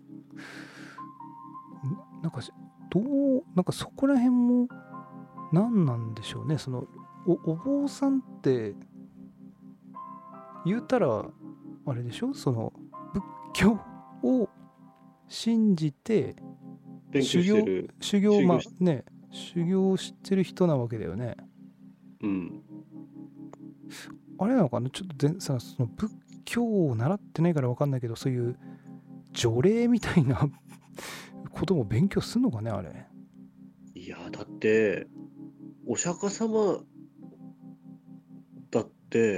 Speaker 1: なんかどうなんかそこら辺も何なんでしょうね。その お, お坊さんって言うたらあれでしょ、その仏教を信じて
Speaker 2: 勉強
Speaker 1: 修行
Speaker 2: してる。
Speaker 1: 修行まあ
Speaker 2: 修行し
Speaker 1: ね修行してる人なわけだよね。
Speaker 2: うん。
Speaker 1: あれなのかな、ちょっと全さその仏教を習ってないから分かんないけど、そういう除霊みたいなことも勉強するのかね、あれ。
Speaker 2: いや、だって、お釈迦様だって、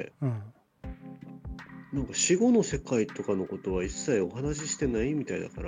Speaker 1: うん。
Speaker 2: なんか死後の世界とかのことは一切お話ししてないみたいだから、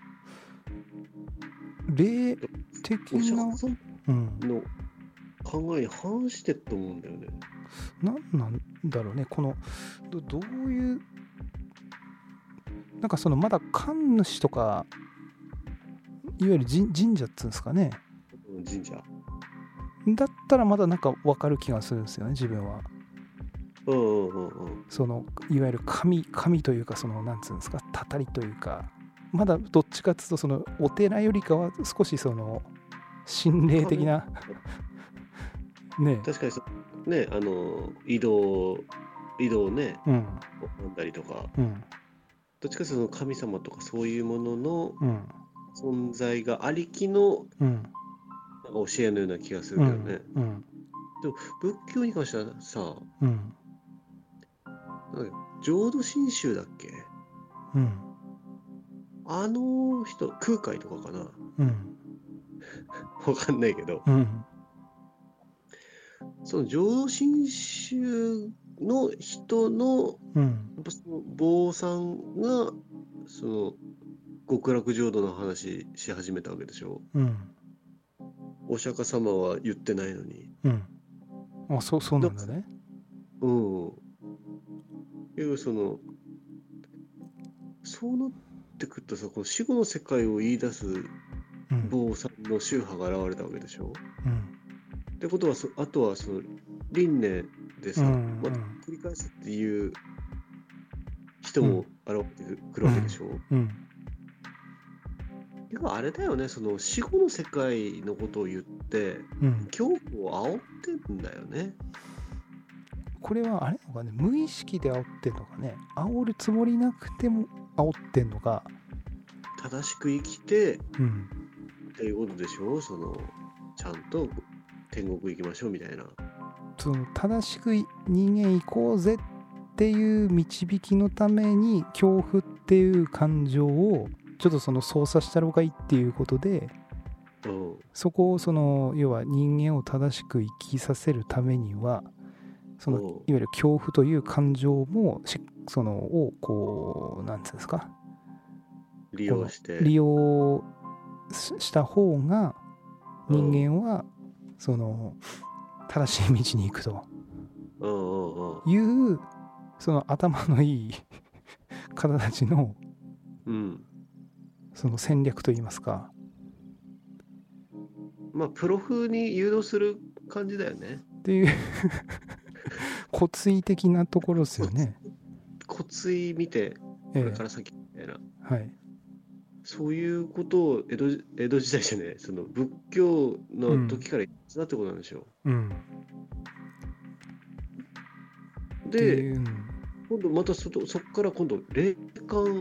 Speaker 1: 霊的
Speaker 2: お釈
Speaker 1: な、
Speaker 2: 迦様
Speaker 1: うん、
Speaker 2: の考えに反してると思うんだよね。
Speaker 1: なんなんだろうね、このど、どういう、なんかそのまだ神主とか、いわゆる神神社っていうんですかね、
Speaker 2: 神社。
Speaker 1: だったらまだなんか分かる気がするんですよね、自分は。
Speaker 2: うんうんうんうん。
Speaker 1: そのいわゆる神、神というか、そのなんつうんですか、たたりというか、まだどっちかっていうと、そのお寺よりかは少しその心霊的な、ね、
Speaker 2: 確かにそね、あの移動移動ね、
Speaker 1: うん、
Speaker 2: 拝んだりとか、
Speaker 1: うん、
Speaker 2: どっちかというとその神様とかそういうものの
Speaker 1: うん、
Speaker 2: 存在がありきの
Speaker 1: うん、
Speaker 2: なんか教えのような気がする
Speaker 1: う
Speaker 2: けどね。
Speaker 1: ん、うん、
Speaker 2: でも仏教に関してはさ、
Speaker 1: うん、
Speaker 2: なんか浄土真宗だっけ？
Speaker 1: うん、
Speaker 2: あの人、空海とかかな？
Speaker 1: うん、
Speaker 2: わかんないけど、
Speaker 1: うん、
Speaker 2: その浄土真宗の人の
Speaker 1: うん、
Speaker 2: やっぱその坊さんがその極楽浄土の話し始めたわけでしょ。
Speaker 1: うん、
Speaker 2: お釈迦様は言ってないのに。
Speaker 1: うん。あ、そう、そうなんだね。
Speaker 2: うん。要はそのそうなってくるとさ、この死後の世界を言い出す
Speaker 1: うん、
Speaker 2: 坊さんの宗派が現れたわけでしょ。
Speaker 1: うん、
Speaker 2: ってことはそあとはその輪廻でさ、
Speaker 1: うん
Speaker 2: また繰り返すっていう人も現れてくるわけでしょ。
Speaker 1: うん、
Speaker 2: てかあれだよね、その死後の世界のことを言って
Speaker 1: うん。
Speaker 2: 恐怖を煽ってんだよね。
Speaker 1: これはあれなのかね、無意識で煽ってんのかね、煽るつもりなくても煽ってんのか、
Speaker 2: 正しく生きて
Speaker 1: うん、
Speaker 2: っていうことでしょ。そのちゃんと天国行きましょうみたいな。
Speaker 1: その正しく人間行こうぜっていう導きのために恐怖っていう感情をちょっとその操作した方がいいっていうことで、
Speaker 2: うん、
Speaker 1: そこをその要は人間を正しく生きさせるためにはそのいわゆる恐怖という感情もしそのをこうなんていうんですか、
Speaker 2: 利用して
Speaker 1: 利用した方が人間はその正しい道に行くというその頭のいい方たちのその戦略といいますか、
Speaker 2: まあプロ風に誘導する感じだよね
Speaker 1: っていう骨意的なところですよね。
Speaker 2: 骨意見てこれから先みたいな、
Speaker 1: えー、はい、
Speaker 2: そういうことを江戸、江戸時代じゃねえその仏教の時から言ってたってことなんでしょう、うんうん、で今度また そ, そこから今度霊感、うん、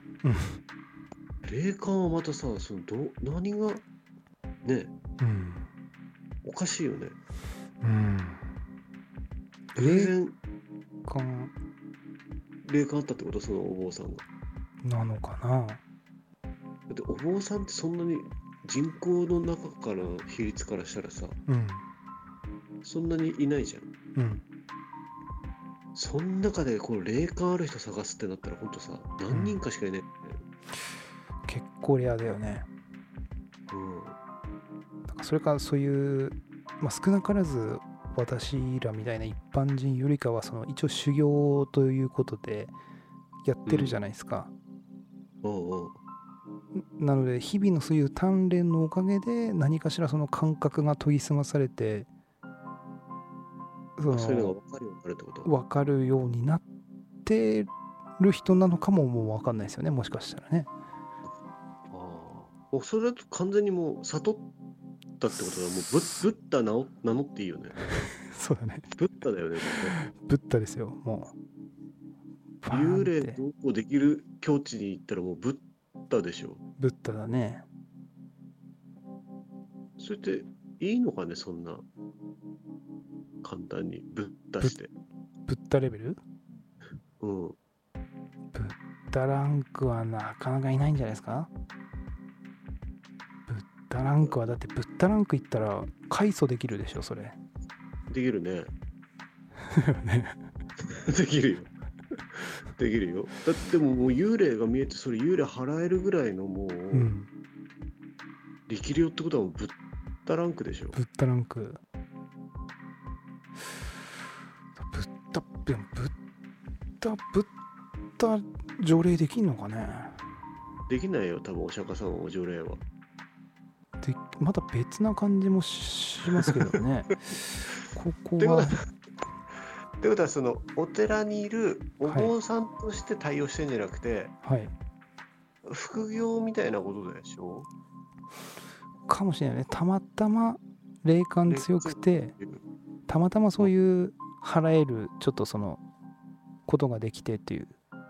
Speaker 2: 霊感はまたさそのど何がね、うん、おかしいよね、うん、偶然
Speaker 1: 感
Speaker 2: 霊感あったってことそのお坊さんが
Speaker 1: なのかな。
Speaker 2: だってお坊さんってそんなに人口の中からの比率からしたらさ、うん、そんなにいないじゃん、うん、その中でこの霊感ある人探すってなったらほんとさ何人かしかいない、うん、
Speaker 1: 結構レアだよね、うん、だからそれからそういう、まあ、少なからず私らみたいな一般人よりかはその一応修行ということでやってるじゃないですか、うん、おうおうなので日々のそういう鍛錬のおかげで何かしらその感覚が研ぎ澄まされて
Speaker 2: そのそういうのが分かるようになるってこと？
Speaker 1: 分かるようになってる人なのかももう分かんないですよね、もしかしたらね。
Speaker 2: ああ、それだと完全にもう悟ったってことはもうブッ、ブッダ名を名乗っていいよね。
Speaker 1: そうだね。
Speaker 2: ブッダだよね。
Speaker 1: ブッダですよ、も
Speaker 2: う。幽霊どうこうできる境地に行ったらもうブッダでしょ。
Speaker 1: ブッダだね。
Speaker 2: それっていいのかね、そんな簡単にブッダして。
Speaker 1: ブッダレベル？うん。ブッダランクはなかなかいないんじゃないですか？ブッダランクはだってブッダランクいったら開祖できるでしょ、それ。
Speaker 2: できるね。できるよ。できるよ。だってもう幽霊が見えてそれ幽霊払えるぐらいのもう、うん、力量ってことはもうブッダランクでしょ。
Speaker 1: ブッダランク。ブッダ、ブッダ、ブッダ条例できんのかね？
Speaker 2: できないよ、多分お釈迦様の条例は。
Speaker 1: でまた別な感じもしますけどね。ここは。
Speaker 2: ということはそのお寺にいるお坊さんとして対応してんじゃなくて、はい、副業みたいなことでしょ？
Speaker 1: かもしれないね。たまたま霊感強くてたまたまそういう払えるちょっとそのことができてっていう。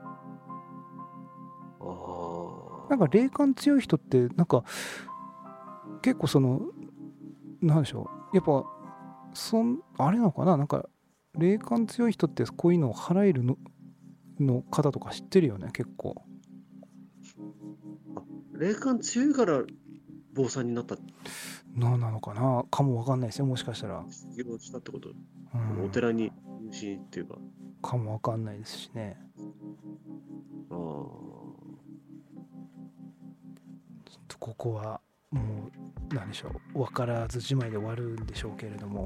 Speaker 1: あなんか霊感強い人ってなんか結構そのなんでしょう、やっぱそんあれなのかな、なんか霊感強い人ってこういうのを払える の, の方とか知ってるよね、結構。
Speaker 2: あ、霊感強いから坊さんになった
Speaker 1: のなのかな、かもわかんないですよ、もしかしたら。
Speaker 2: 修行したってこと、うん、お寺に入信っていうか。
Speaker 1: かもわかんないですしね。ああ。ちょっとここはもう何でしょう、分からずじまいで終わるんでしょうけれども。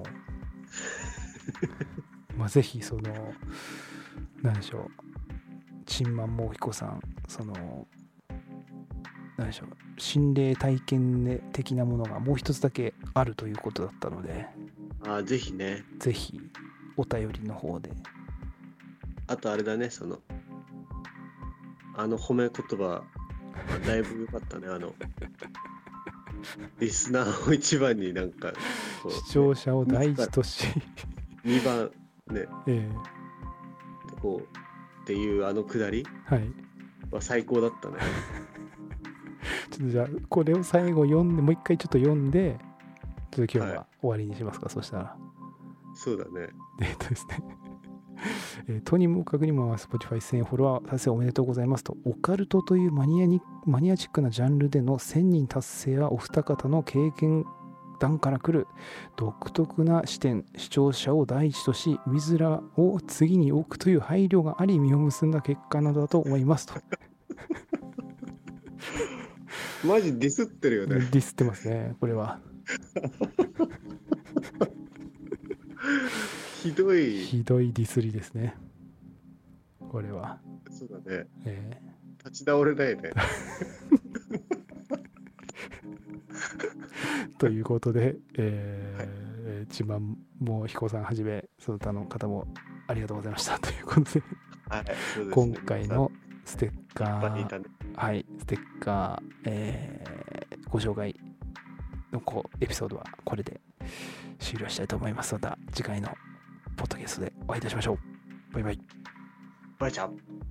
Speaker 1: まあぜひその何でしょう、陳満毛彦さん、その何でしょう、心霊体験的なものがもう一つだけあるということだったので、
Speaker 2: あぜひね、
Speaker 1: ぜひお便りの方で。
Speaker 2: あとあれだね、そのあの褒め言葉だいぶ良かったね。あのリスナーを一番になんか
Speaker 1: こう、ね、視聴者を第一とし
Speaker 2: にばんね、えー、こうっていうあのくだりは最高だったね。
Speaker 1: ちょっとじゃあこれを最後読んでもう一回ちょっと読んで、 ちょっと今日
Speaker 2: は
Speaker 1: は終わりにしますか、そしたら。
Speaker 2: そうだね。
Speaker 1: えっとですね、えーとにもかくにも Spotify せんフォロワー達成おめでとうございますと、オカルトというマニアにマニアチックなジャンルでのせんにん達成はお二方の経験談から来る独特な視点、視聴者を第一とし、自らを次に置くという配慮があり、実を結んだ結果などだと思いますと。
Speaker 2: マジディスってるよ
Speaker 1: デ
Speaker 2: ね。
Speaker 1: ィスってますね、これは。
Speaker 2: ひどい。
Speaker 1: ひどいディスりですね、これは。
Speaker 2: そうだね。
Speaker 1: えー
Speaker 2: 立ち直れないね。
Speaker 1: ということで、えー、ちまんもひこさんはじめ、その他の方もありがとうございましたということで、
Speaker 2: はい、そうですね。
Speaker 1: 今回のステッカー、
Speaker 2: いっぱいいたね。
Speaker 1: はい、ステッカー、えーご紹介のこうエピソードはこれで終了したいと思います。また次回のポッドキャストでお会いいたしましょう。バイバイ。
Speaker 2: バイチャー。